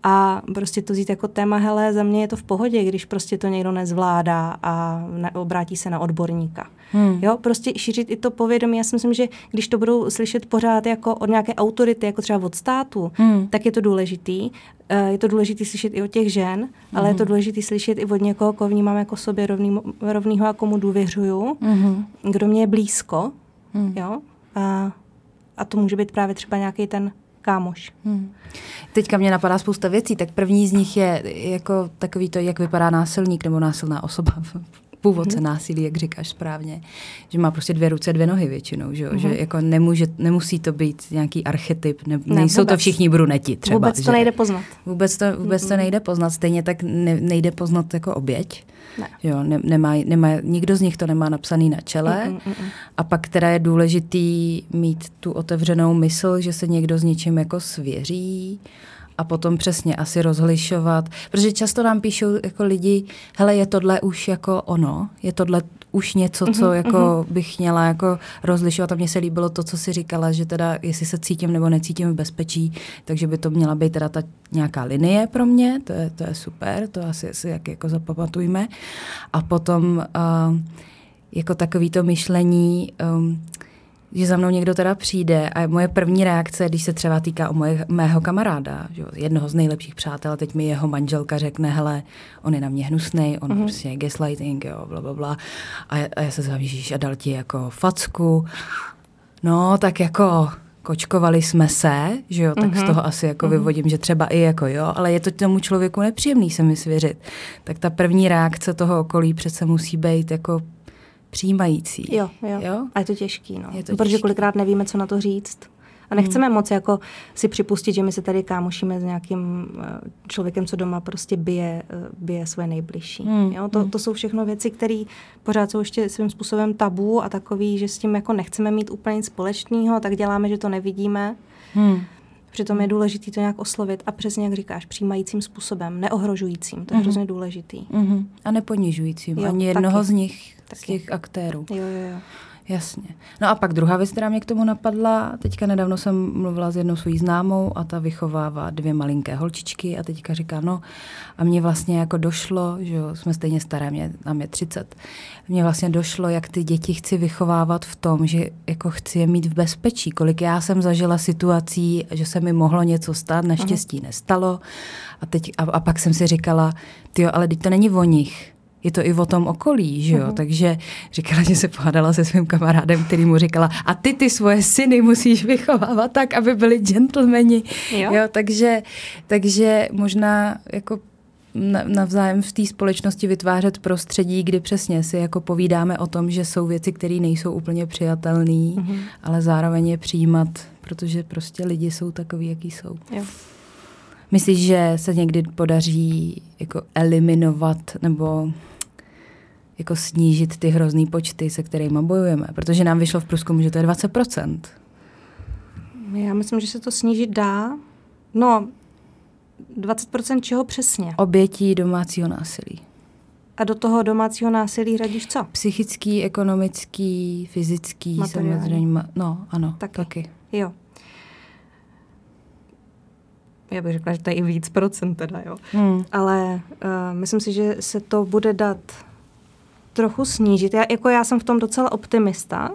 a prostě to vzít jako téma, hele, za mě je to v pohodě, když prostě to někdo nezvládá a ne, obrátí se na odborníka. Hmm. Jo, prostě šířit i to povědomí. Já si myslím, že když to budou slyšet pořád jako od nějaké autority, jako třeba od státu, hmm. tak je to důležitý. Je to důležitý slyšet i od těch žen, hmm. ale je to důležitý slyšet i od někoho, koho vnímám jako sobě rovný, rovnýho a komu důvěřuju, hmm. kdo mě je blízko. Hmm. Jo? A, a to může být právě třeba nějaký ten kámoš. Hmm. Teďka mě napadá spousta věcí, tak první z nich je jako takový to, jak vypadá násilník nebo násilná osoba v původce hmm. násilí, jak říkáš správně, že má prostě dvě ruce, dvě nohy většinou, že, hmm. že jako nemůže, nemusí to být nějaký archetyp, ne, ne, nejsou vůbec. To všichni bruneti třeba. Vůbec to že? nejde poznat. Vůbec to, vůbec hmm. to nejde poznat, stejně tak ne, nejde poznat jako oběť. Ne. Jo, ne, nemá, nemá, nikdo z nich to nemá napsaný na čele mm, mm, mm. a pak teda je důležitý mít tu otevřenou mysl, že se někdo s něčím jako svěří a potom přesně asi rozlišovat, protože často nám píšou jako lidi, hele, je tohle už jako ono, je tohle už něco, co mm-hmm, jako mm-hmm. bych měla jako rozlišovat a mně se líbilo to, co jsi říkala, že teda jestli se cítím nebo necítím v bezpečí, takže by to měla být teda ta nějaká linie pro mě, to je, to je super, to asi si jak jako zapamatujme. A potom uh, jako takový to myšlení, um, že za mnou někdo teda přijde a moje první reakce, když se třeba týká o moje, mého kamaráda, že jednoho z nejlepších přátel, a teď mi jeho manželka řekne, hele, on je na mě hnusnej, on mm-hmm. prostě je gaslighting, jo, blablabla. A, a já se zvavíš a dal ti jako facku. No, tak jako kočkovali jsme se, že jo, tak mm-hmm. z toho asi jako mm-hmm. vyvodím, že třeba i jako jo, ale je to tomu člověku nepříjemný se mi svěřit. Tak ta první reakce toho okolí přece musí být jako přijímající. Jo, jo, jo. A je to těžký, no. Je to Protože těžký. Kolikrát nevíme, co na to říct. A nechceme hmm. moc jako si připustit, že my se tady kámošíme s nějakým člověkem, co doma prostě bije, bije své nejbližší. Hmm. Jo? To, to jsou všechno věci, které pořád jsou ještě svým způsobem tabu a takový, že s tím jako nechceme mít úplně nic společného, tak děláme, že to nevidíme. Hmm. Přitom je důležité to nějak oslovit a přesně jak říkáš, přijímajícím způsobem, neohrožujícím, to je mm-hmm. hrozně důležitý. Mm-hmm. A neponižujícím, jo, ani jednoho taky. z nich, taky. z těch aktérů. Jo, jo, jo. Jasně. No a pak druhá věc, která mě k tomu napadla, teďka nedávno jsem mluvila s jednou svojí známou a ta vychovává dvě malinké holčičky a teďka říká, no a mně vlastně jako došlo, že jo, jsme stejně staré, mě, nám je třicet, mně vlastně došlo, jak ty děti chci vychovávat v tom, že jako chci je mít v bezpečí, kolik já jsem zažila situací, že se mi mohlo něco stát, naštěstí nestalo a, teď, a, a pak jsem si říkala, tyjo, ale teď to není o nich. Je to i o tom okolí, že jo? Uh-huh. Takže říkala, že se pohádala se svým kamarádem, který mu říkala, a ty ty svoje syny musíš vychovávat tak, aby byli gentlemani. Jo? Jo, takže, takže možná jako navzájem v té společnosti vytvářet prostředí, kdy přesně si jako povídáme o tom, že jsou věci, které nejsou úplně přijatelné, uh-huh. ale zároveň je přijímat, protože prostě lidi jsou takový, jaký jsou. Jo. Myslíš, že se někdy podaří jako eliminovat nebo jako snížit ty hrozný počty, se kterými bojujeme? Protože nám vyšlo v průzkumu, že to je dvacet procent. Já myslím, že se to snížit dá. No, dvacet procent čeho přesně? Obětí domácího násilí. A do toho domácího násilí radíš co? Psychický, ekonomický, fyzický, materiální. Samozřejmě. No, ano, taky. taky. Jo. Já bych řekla, že to je i víc procent teda, jo. Hmm. Ale uh, myslím si, že se to bude dát trochu snížit. Já, jako já jsem v tom docela optimista.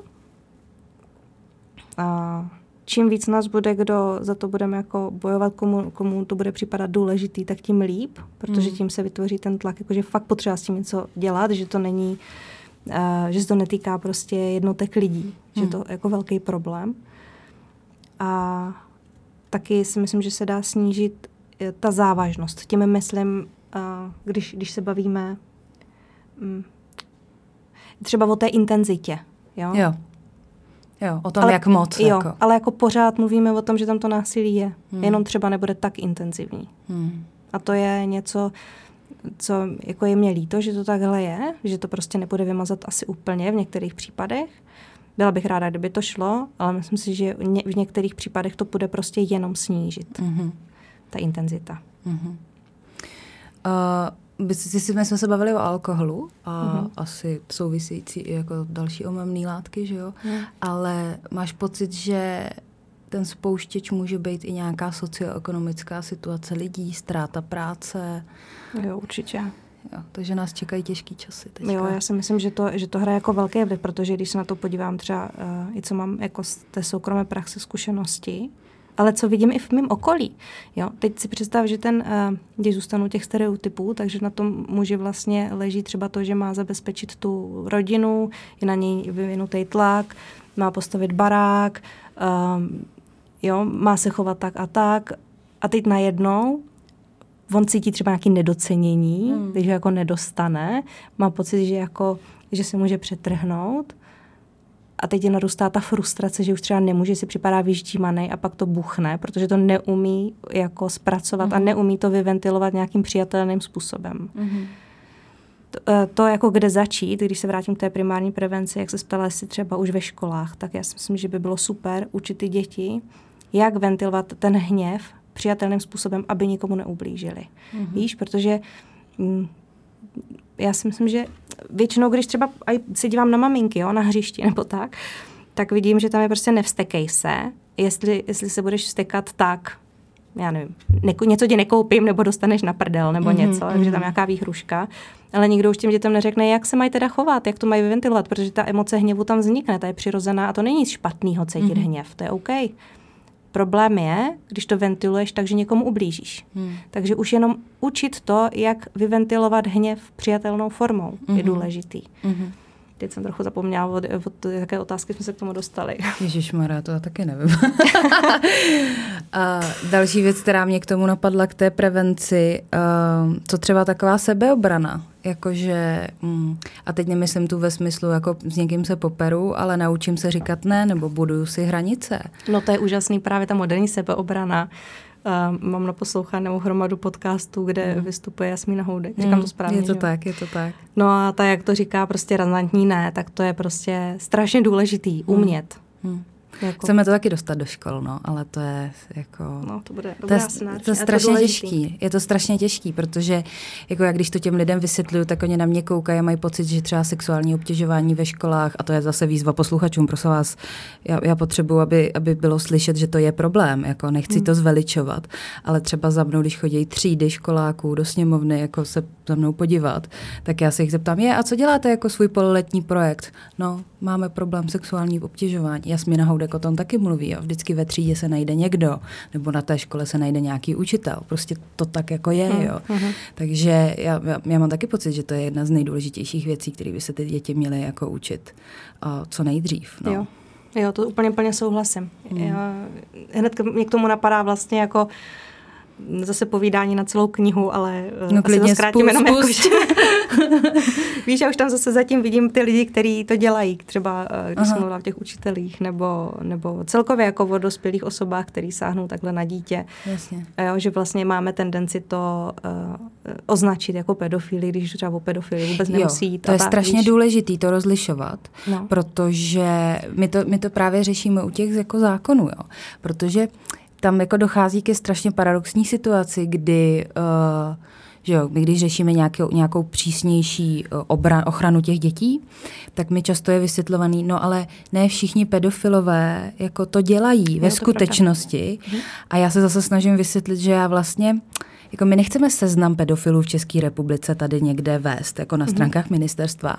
A čím víc nás bude, kdo za to budeme jako bojovat, komu, komu to bude připadat důležitý, tak tím líp, protože tím se vytvoří ten tlak, jakože fakt potřeba s tím něco dělat, že to není, uh, že se to netýká prostě jednotek lidí, hmm. že to je jako velký problém. A taky si myslím, že se dá snížit ta závažnost. Tím myslím, když, když se bavíme třeba o té intenzitě. Jo, jo. jo o tom, ale, jak moc. Jo, jako. ale jako pořád mluvíme o tom, že tam to násilí je. Hmm. Jenom třeba nebude tak intenzivní. Hmm. A to je něco, co jako je mě líto, že to takhle je, že to prostě nebude vymazat asi úplně v některých případech. Byla bych ráda, kdyby to šlo, ale myslím si, že v některých případech to bude prostě jenom snížit. Mm-hmm. Ta intenzita. Mm-hmm. Uh, jsme se bavili o alkoholu a mm-hmm. asi související i jako další omamné látky, že jo? Mm. Ale máš pocit, že ten spouštěč může být i nějaká socioekonomická situace lidí, ztráta práce? Jo, určitě. Jo, takže nás čekají těžký časy teďka. Jo, já si myslím, že to, že to hraje jako velký vliv, protože když se na to podívám třeba, uh, i co mám jako z té soukromé praxe zkušenosti, ale co vidím i v mém okolí. Jo, teď si představ, že ten, uh, když zůstanu těch stereotypů, takže na tom muži vlastně leží třeba to, že má zabezpečit tu rodinu, je na něj vyvinutý tlak, má postavit barák, um, jo, má se chovat tak a tak. A teď najednou on cítí třeba nějaké nedocenění, hmm. když ho jako nedostane, má pocit, že, jako, že se může přetrhnout a teď je narůstá ta frustrace, že už třeba nemůže, si připadá vyždímanej a pak to buchne, protože to neumí jako zpracovat hmm. a neumí to vyventilovat nějakým přijatelným způsobem. Hmm. To, to jako kde začít, když se vrátím k té primární prevenci, jak se ptala, jestli třeba už ve školách, tak já si myslím, že by bylo super učit ty děti, jak ventilovat ten hněv přijatelným způsobem, aby nikomu neublížili. Mm-hmm. Víš, protože mm, já si myslím, že většinou, když třeba se dívám na maminky, jo, na hřišti nebo tak, tak vidím, že tam je prostě nevstekej se. Jestli, jestli se budeš vstekat, tak já nevím, neko, něco ti nekoupím, nebo dostaneš na prdel, nebo mm-hmm, něco, takže tam nějaká výhruška. Ale nikdo už těm dětem neřekne, jak se mají teda chovat, jak to mají vyventilovat, protože ta emoce hněvu tam vznikne, ta je přirozená a to není nic špatného cítit mm-hmm. hněv, to je OK. Problém je, když to ventiluješ tak, že někomu ublížíš. Mm. Takže už jenom učit to, jak vyventilovat hněv přijatelnou formou, mm-hmm. je důležitý. Mm-hmm. Teď jsem trochu zapomněla, od, od jaké otázky jsme se k tomu dostali. Ježišmarja, to já taky nevím. A další věc, která mě k tomu napadla, k té prevenci, uh, co třeba taková sebeobrana. Jakože, mm, a teď nemyslím tu ve smyslu, jako s někým se poperu, ale naučím se říkat ne, nebo buduju si hranice. No to je úžasný, právě ta moderní sebeobrana. Uh, mám naposlouchanou hromadu podcastů, kde mm. vystupuje Jasmína Houdek. Říkám to správně, Je to že? tak, je to tak. No a ta, jak to říká, prostě razantní ne, tak to je prostě strašně důležitý, umět. Mm. Jako... Chceme to taky dostat do škol, no, ale to je jako... No, to bude dobrá to je, to je strašně těžký. Je to strašně těžký, protože jako já když to těm lidem vysvětluju, tak oni na mě koukají a mají pocit, že třeba sexuální obtěžování ve školách, a to je zase výzva posluchačům, prosím vás, já, já potřebuji, aby, aby bylo slyšet, že to je problém, jako nechci hmm. to zveličovat, ale třeba za mnou, když chodí třídy školáků do sněmovny, jako se za mnou podívat, tak já se jich zeptám, je, a co děláte jako svůj pololetní projekt? No, máme problém sexuální obtěžování. Jasmína Houdek o tom taky mluví. Jo. Vždycky ve třídě se najde někdo, nebo na té škole se najde nějaký učitel. Prostě to tak jako je. Jo. Mm-hmm. Takže já, já, já mám taky pocit, že to je jedna z nejdůležitějších věcí, které by se ty děti měly jako učit a co nejdřív. No. Jo. jo, to úplně plně souhlasím. Mm. Já, hned mě k tomu napadá vlastně jako zase povídání na celou knihu, ale no, asi to zkrátím jenom jako, že... Víš, já už tam zase zatím vidím ty lidi, kteří to dělají, třeba když jsem mluvila v těch učitelích, nebo, nebo celkově jako o dospělých osobách, který sáhnou takhle na dítě. Jasně. Jo, že vlastně máme tendenci to uh, označit jako pedofily, když třeba o pedofily vůbec jo, nemusí jít. To je strašně víš? důležitý to rozlišovat, no. protože my to, my to právě řešíme u těch jako zákonů, jo. Protože tam jako dochází ke strašně paradoxní situaci, kdy, uh, že jo, my když řešíme nějakou, nějakou přísnější obran, ochranu těch dětí, tak mi často je vysvětlovaný, no ale ne všichni pedofilové jako to dělají ve skutečnosti. A já se zase snažím vysvětlit, že já vlastně, jako my nechceme seznam pedofilů v České republice tady někde vést, jako na stránkách ministerstva,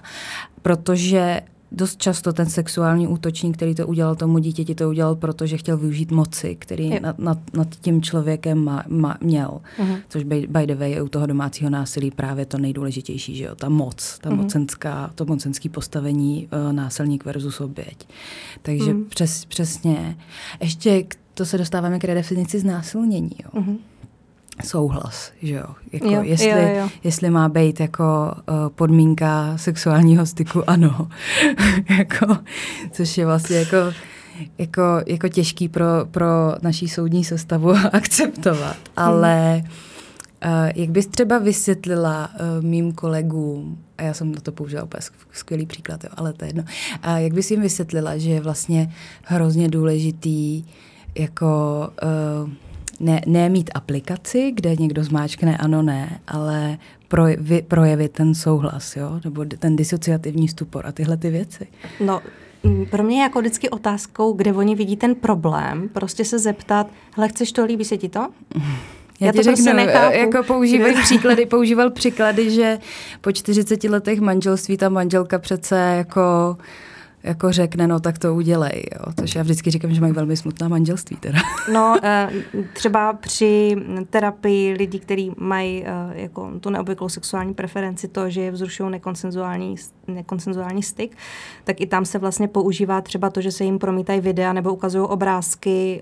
protože dost často ten sexuální útočník, který to udělal tomu dítěti, to udělal proto, že chtěl využít moci, který nad, nad, nad tím člověkem má, má, měl. Uh-huh. Což by, by the way je u toho domácího násilí právě to nejdůležitější, že jo, ta moc, ta uh-huh. mocenská, to mocenské postavení uh, násilník versus oběť. Takže uh-huh. přes, přesně. Ještě to se dostáváme k redefinici znásilnění, jo. Uh-huh. Souhlas, že jo. Jako jo, jestli, jo, jo. jestli má být jako uh, podmínka sexuálního styku, ano. jako, což je vlastně jako, jako, jako těžký pro, pro naší soudní sestavu akceptovat. Ale uh, jak bys třeba vysvětlila uh, mým kolegům, a já jsem na to použila úplně skvělý příklad, jo, ale to je jedno. Uh, jak bys jim vysvětlila, že je vlastně hrozně důležitý jako... Uh, Ne, ne mít aplikaci, kde někdo zmáčkne ano, ne, ale projevi, projevit ten souhlas, jo? Nebo ten disociativní stupor a tyhle ty věci. No, pro mě je jako vždycky otázkou, kde oni vidí ten problém, prostě se zeptat, hele, chceš to, líbí se ti to? Já, Já to řeknu, prostě nechápu. Jako používají příklady, používal příklady, že po čtyřiceti letech manželství ta manželka přece jako... jako řekne, no tak to udělej, jo. Což já vždycky říkám, že mají velmi smutná manželství teda. No, třeba při terapii lidí, kteří mají jako tu neobvyklou sexuální preferenci, to, že je vzrušují nekonsenzuální, nekonsenzuální styk, tak i tam se vlastně používá třeba to, že se jim promítají videa nebo ukazují obrázky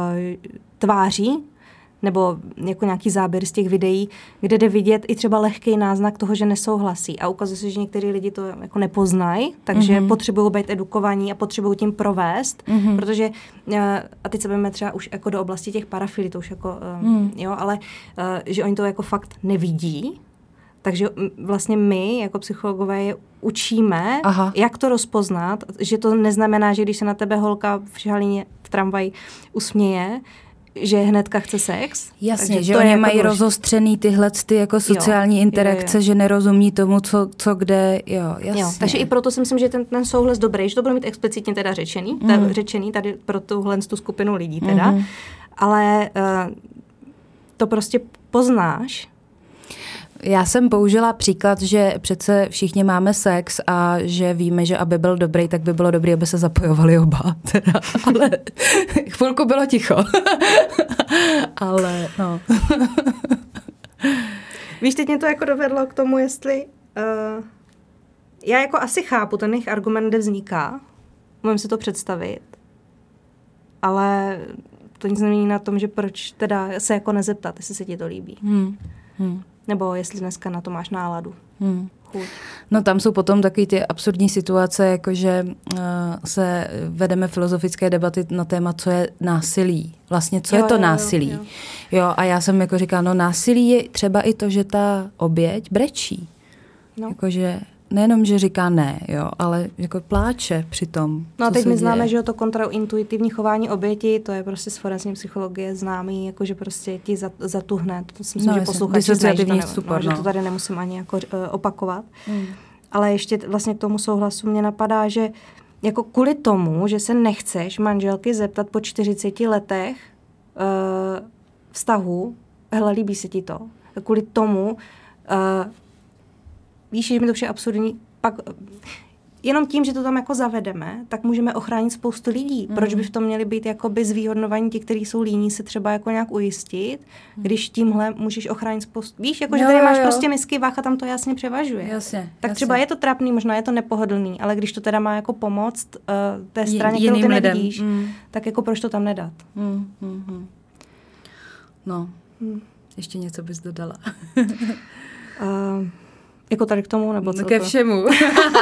tváří, nebo jako nějaký záběr z těch videí, kde jde vidět i třeba lehký náznak toho, že nesouhlasí. A ukazuje se, že některý lidi to jako nepoznají, takže mm-hmm. potřebují být edukovaní a potřebují tím provést, mm-hmm. protože, a teď se bavíme třeba už jako do oblasti těch parafilí, to už jako, mm. jo, ale že oni to jako fakt nevidí, takže vlastně my jako psychologové je učíme, Aha. jak to rozpoznat, že to neznamená, že když se na tebe holka v šalině v tramvaji usměje, že hnedka chce sex. Jasně, že oni jako mají rozostřený tyhle ty jako sociální jo, interakce, jo, jo. že nerozumí tomu, co, co kde, jo, jasně. Jo, takže i proto si myslím, že ten, ten souhlas dobrý, že to bude mít explicitně teda řečený, mm. ta, řečený tady pro tuhle tu skupinu lidí teda, mm. ale uh, to prostě poznáš. Já jsem použila příklad, že přece všichni máme sex a že víme, že aby byl dobrý, tak by bylo dobré, aby se zapojovali oba. Teda. Ale chvilku bylo ticho. Ale no. Víš, teď mě to jako dovedlo k tomu, jestli uh, já jako asi chápu, ten jejich argument, kde vzniká. Můžeme si to představit. Ale to nic nemění na tom, že proč teda se jako nezeptat, jestli se ti to líbí. Hmm. Hmm. Nebo jestli dneska na to máš náladu. Hmm. Chuť. No tam jsou potom taky ty absurdní situace, jakože uh, se vedeme filozofické debaty na téma, co je násilí. Vlastně, co jo, je to jo, násilí. Jo, jo. jo, a já jsem jako říkala, no násilí je třeba i to, že ta oběť brečí. No. Jakože nejenom, že říká ne, jo, ale jako pláče při tom, no a co teď se my děje. známe, že to kontraintuitivní chování oběti, to je prostě z forenzní psychologie známý, jakože prostě ti zatuhne. To si myslím, no, že posluchači znají, že, to, ne, super, no, no. že to tady nemusím ani jako uh, opakovat. Hmm. Ale ještě vlastně k tomu souhlasu mě napadá, že jako kvůli tomu, že se nechceš manželky zeptat po čtyřiceti letech uh, vztahu, hele, líbí se ti to, kvůli tomu uh, víš, že mi to vše absurdní, pak jenom tím, že to tam jako zavedeme, tak můžeme ochránit spoustu lidí. Mm. Proč by v tom měli být jakoby zvýhodňovaní ti, kteří jsou líní se třeba jako nějak ujistit, mm. když tímhle můžeš ochránit spoustu. Víš, jako jo, že tady máš jo. prostě misky vah a tam to jasně převažuje. Jasně, tak jasně. třeba je to trapný, možná je to nepohodlný, ale když to teda má jako pomoct uh, té straně, J- kterou ty nevidíš, mm. tak jako proč to tam nedat? Mm, mm, mm. No, mm. ještě něco bys dodala. uh, Jako tady k tomu, nebo co? Ke všemu. uh,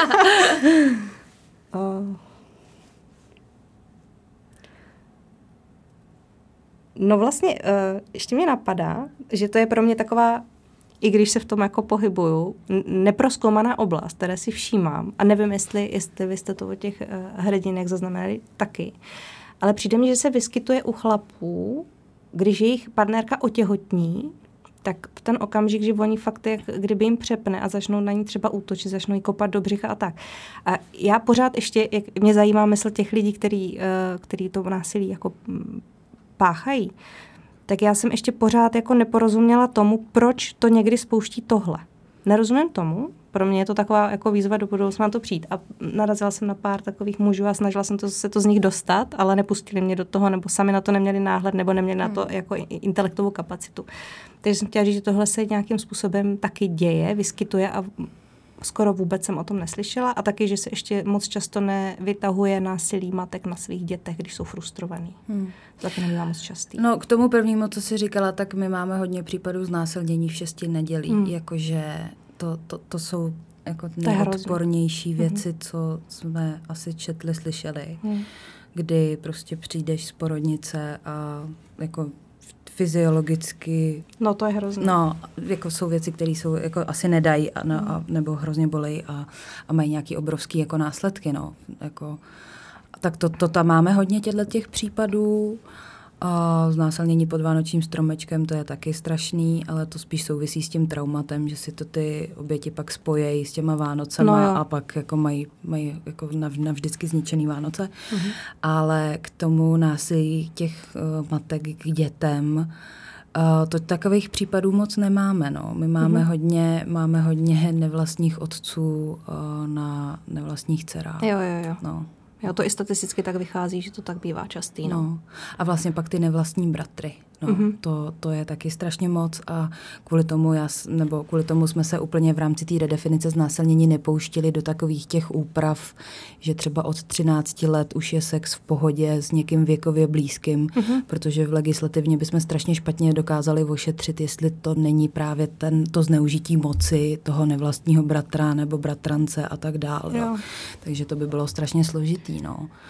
no vlastně, uh, ještě mě napadá, že to je pro mě taková, i když se v tom jako pohybuju, neprozkoumaná oblast, které si všímám. A nevím, jestli, jestli vy jste to o těch uh, hrdinek zaznamenali taky. Ale přijde mi, že se vyskytuje u chlapů, když jejich partnerka otěhotní, tak v ten okamžik, že oni fakt jak kdyby jim přepne a začnou na ní třeba útočit, začnou jí kopat do břicha a tak. A já pořád ještě, jak mě zajímá mysl těch lidí, který, který to násilí jako páchají, tak já jsem ještě pořád jako neporozuměla tomu, proč to někdy spouští tohle. Nerozumím tomu, pro mě je to taková jako výzva do budoucna na to přijít. A narazila jsem na pár takových mužů a snažila jsem to, se to z nich dostat, ale nepustili mě do toho, nebo sami na to neměli náhled, nebo neměli na to jako intelektovou kapacitu. Takže jsem chtěla říct, že tohle se nějakým způsobem taky děje, vyskytuje a skoro vůbec jsem o tom neslyšela. A taky, že se ještě moc často nevytahuje násilí matek na svých dětech, když jsou frustrovaný. Hmm. To taky nebývá moc častý. No k tomu prvnímu, co jsi říkala, tak my máme hodně případů znásilnění v šesti nedělí. Hmm. Jakože to, to, to jsou jako nejodpornější věci, hmm. co jsme asi četli, slyšeli. Hmm. Kdy prostě přijdeš z porodnice a jako fyziologicky... No to je hrozné. No, jako jsou věci, které jsou, jako asi nedají, a, no, a, nebo hrozně bolejí a, a mají nějaký obrovský jako následky, no. Jako, tak to, to tam máme hodně těchto těch případů. A znásilnění pod vánočním stromečkem, to je taky strašný, ale to spíš souvisí s tím traumatem, že si to ty oběti pak spojejí s těma Vánocema no a pak jako mají, mají jako navždycky zničený Vánoce. Uh-huh. Ale k tomu násilí těch uh, matek k dětem, uh, to takových případů moc nemáme. No. My máme, uh-huh. hodně, máme hodně nevlastních otců uh, na nevlastních dcerách. Jo, jo, jo. No. Jo, to i statisticky tak vychází, že to tak bývá častý. No. No. A vlastně pak ty nevlastní bratry. No, mm-hmm. to, to je taky strašně moc a kvůli tomu, já, nebo kvůli tomu jsme se úplně v rámci té redefinice znásilnění nepouštili do takových těch úprav, že třeba od třinácti let už je sex v pohodě s někým věkově blízkým, mm-hmm. protože v legislativně bychom strašně špatně dokázali ošetřit, jestli to není právě ten, to zneužití moci toho nevlastního bratra nebo bratrance a tak dále. Takže to by bylo strašně složitý. No.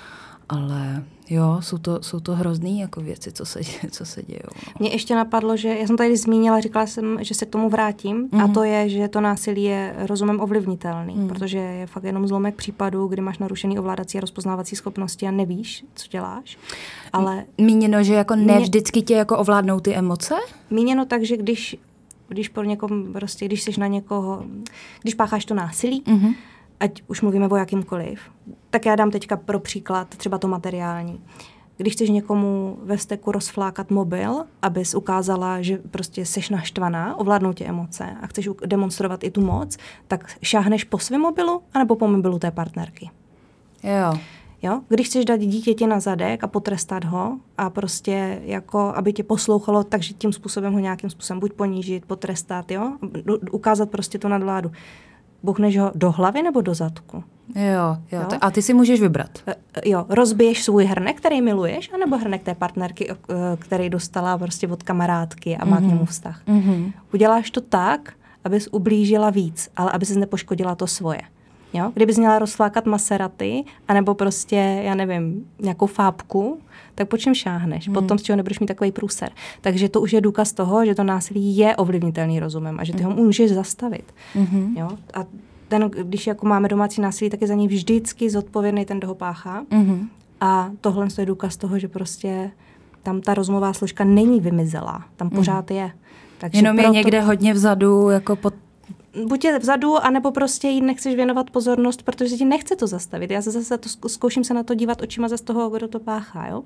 ale jo, jsou to, jsou to hrozný jako věci, co se, co se dějou. No. Mně ještě napadlo, že já jsem tady zmínila, říkala jsem, že se k tomu vrátím mm-hmm. a to je, že to násilí je rozumem ovlivnitelný, mm. protože je fakt jenom zlomek případů, kdy máš narušený ovládací a rozpoznávací schopnosti a nevíš, co děláš. Ale míněno, že jako ne vždycky tě jako ovládnou ty emoce? Míněno tak, že když, když pro někom, prostě, když jsi na někoho, když pácháš to násilí, mm-hmm. ať už mluvíme o jakýmkoliv, tak já dám teďka pro příklad třeba to materiální. Když chceš někomu ve steku rozflákat mobil, abys ukázala, že prostě seš naštvaná, ovládnou tě emoce a chceš demonstrovat i tu moc, tak šáhneš po svém mobilu anebo po mobilu té partnerky. Jo. Jo? Když chceš dát dítěti na zadek a potrestat ho a prostě jako, aby tě poslouchalo, takže tím způsobem ho nějakým způsobem buď ponížit, potrestat, jo? Ukázat prostě to nadvládu. Buchneš ho do hlavy nebo do zadku? Jo, jo. jo? A ty si můžeš vybrat. Jo, rozbiješ svůj hrnek, který miluješ, anebo hrnek té partnerky, který dostala prostě od kamarádky a má mm-hmm. k němu vztah. Mm-hmm. Uděláš to tak, abys ublížila víc, ale aby ses nepoškodila to svoje. Jo? Kdybys měla rozflákat Maserati, anebo prostě, já nevím, nějakou fábku, tak po čem šáhneš? Mm. Potom z čeho nebudeš mít takový průser. Takže to už je důkaz toho, že to násilí je ovlivnitelný rozumem a že ty mm. ho můžeš zastavit. Mm-hmm. Jo? A ten, když jako máme domácí násilí, tak je za něj vždycky zodpovědný ten, kdo ho páchá. Mm-hmm. A tohle je důkaz toho, že prostě tam ta rozumová složka není vymizelá. Tam mm. pořád je. Takže jenom proto... je někde hodně vzadu, jako pod buď je vzadu, anebo prostě jí nechceš věnovat pozornost, protože ti nechce to zastavit. Já zase to zkouším se na to dívat očima zase toho, kdo to páchá, jo.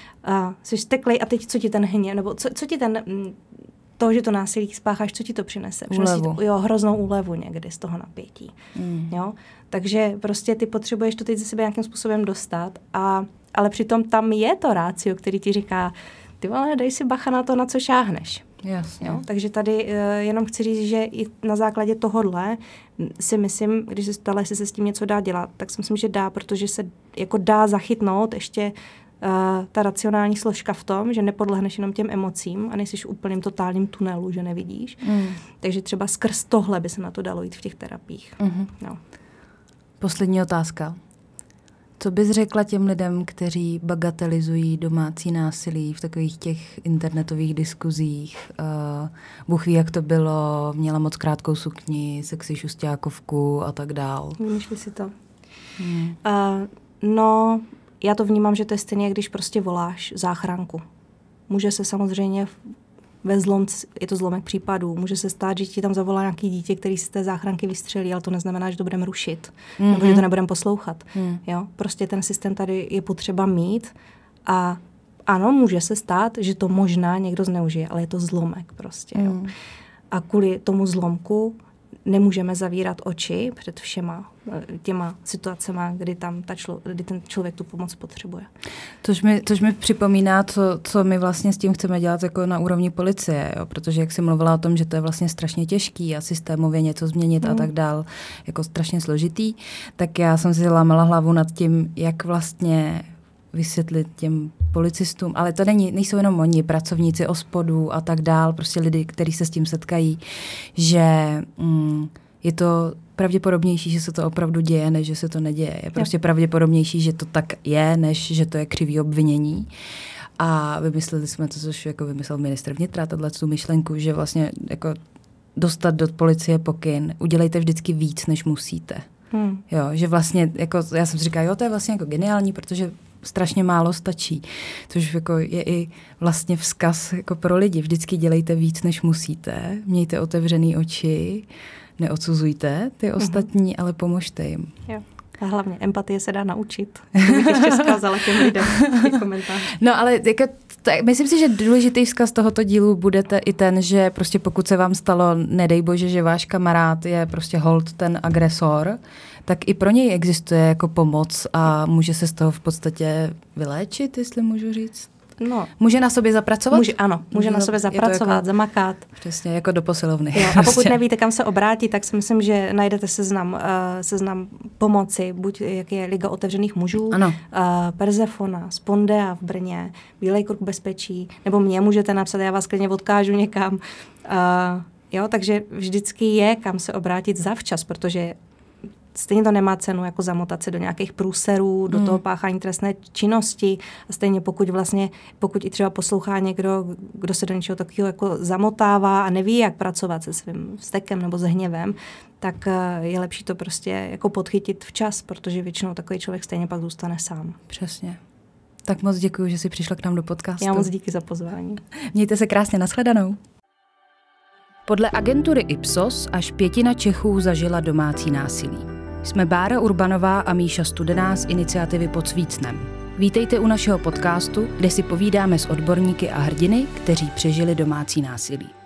A jsi steklej a teď co ti ten hněv, nebo co, co ti ten, to, že to násilí spácháš, co ti to přinese? Přinese ti, jo, hroznou úlevu někdy z toho napětí, mm. jo. Takže prostě ty potřebuješ to teď ze sebe nějakým způsobem dostat, a, ale přitom tam je to rácio, který ti říká, ty vole, dej si bacha na to, na co šáhneš. Jasně. Jo? Takže tady uh, jenom chci říct, že i na základě tohohle si myslím, když se ptala, jestli se s tím něco dá dělat, tak si myslím, že dá, protože se jako dá zachytnout ještě uh, ta racionální složka v tom, že nepodlehneš jenom těm emocím a nejsiš v úplným totálním tunelu, že nevidíš. Mm. Takže třeba skrz tohle by se na to dalo jít v těch terapiích. Mm-hmm. No. Poslední otázka. Co bys řekla těm lidem, kteří bagatelizují domácí násilí v takových těch internetových diskuzích? Uh, Bůh ví, jak to bylo, měla moc krátkou sukni, sexy šusťákovku a tak dál. Vymýšlí si to. Hmm. Uh, no, já to vnímám, že to je stejně, když prostě voláš záchranku. Může se samozřejmě ve zlom, je to zlomek případů, může se stát, že ti tam zavolá nějaký dítě, který si z té záchranky vystřelí, ale to neznamená, že to budeme rušit, mm-hmm. nebo že to nebudeme poslouchat. Mm. Jo? Prostě ten systém tady je potřeba mít a ano, může se stát, že to možná někdo zneužije, ale je to zlomek prostě. Mm. Jo? A kvůli tomu zlomku nemůžeme zavírat oči před všema těma situacema, kdy, tam ta člo, kdy ten člověk tu pomoc potřebuje. Což mi, což mi připomíná, co, co my vlastně s tím chceme dělat jako na úrovni policie, jo? Protože jak jsi mluvila o tom, že to je vlastně strašně těžký a systémově něco změnit mm. a tak dál, jako strašně složitý, tak já jsem si lámala hlavu nad tím, jak vlastně vysvětlit těm policistům, ale to není, nejsou jenom oni, pracovníci ospodů a tak dál, prostě lidi, kteří se s tím setkají, že mm, je to pravděpodobnější, že se to opravdu děje, než že se to neděje. Je prostě pravděpodobnější, že to tak je, než že to je křivý obvinění. A vymysleli jsme to, což jako vymyslel ministr vnitra, tato myšlenku, že vlastně jako dostat do policie pokyn, udělejte vždycky víc, než musíte. Hmm. Jo, že vlastně, jako, já jsem si říkala, jo, to je vlastně jako geniální, protože strašně málo stačí, což jako je i vlastně vzkaz jako pro lidi. Vždycky dělejte víc, než musíte, mějte otevřený oči, neodsuzujte ty ostatní, mm-hmm. ale pomožte jim. Jo. A hlavně empatie se dá naučit. To bych ještě zkázala těm lidem v těch komentářích. No ale jako, tak, myslím si, že důležitý vzkaz tohoto dílu bude i ten, že prostě pokud se vám stalo, nedej bože, že váš kamarád je prostě hold ten agresor, tak i pro něj existuje jako pomoc a může se z toho v podstatě vyléčit, jestli můžu říct. No. Může na sobě zapracovat? Může, ano, může, může na sobě zapracovat, jako, zamakat. Přesně, jako do posilovny. Jo, a pokud nevíte, kam se obrátit, tak si myslím, že najdete seznam, uh, seznam pomoci, buď jak je Liga otevřených mužů, uh, Persefona, Spondea v Brně, Bílej kruh bezpečí, nebo mě můžete napsat, já vás klidně odkážu někam. Uh, jo, takže vždycky je, kam se obrátit zavčas, protože stejně to nemá cenu jako zamotat se do nějakých průserů, do hmm. toho páchání trestné činnosti. A stejně pokud vlastně, pokud i třeba poslouchá někdo, kdo se do něčeho takového jako zamotává a neví, jak pracovat se svým vztekem nebo s hněvem, tak je lepší to prostě jako podchytit včas, protože většinou takový člověk stejně pak zůstane sám. Přesně. Tak moc děkuji, že jsi přišla k nám do podcastu. Já moc díky za pozvání. Mějte se krásně, nashledanou. Podle agentury Ipsos až pětina Čechů zažila domácí násilí. Jsme Bára Urbanová a Míša Studená z iniciativy Pod svícnem. Vítejte u našeho podcastu, kde si povídáme s odborníky a hrdiny, kteří přežili domácí násilí.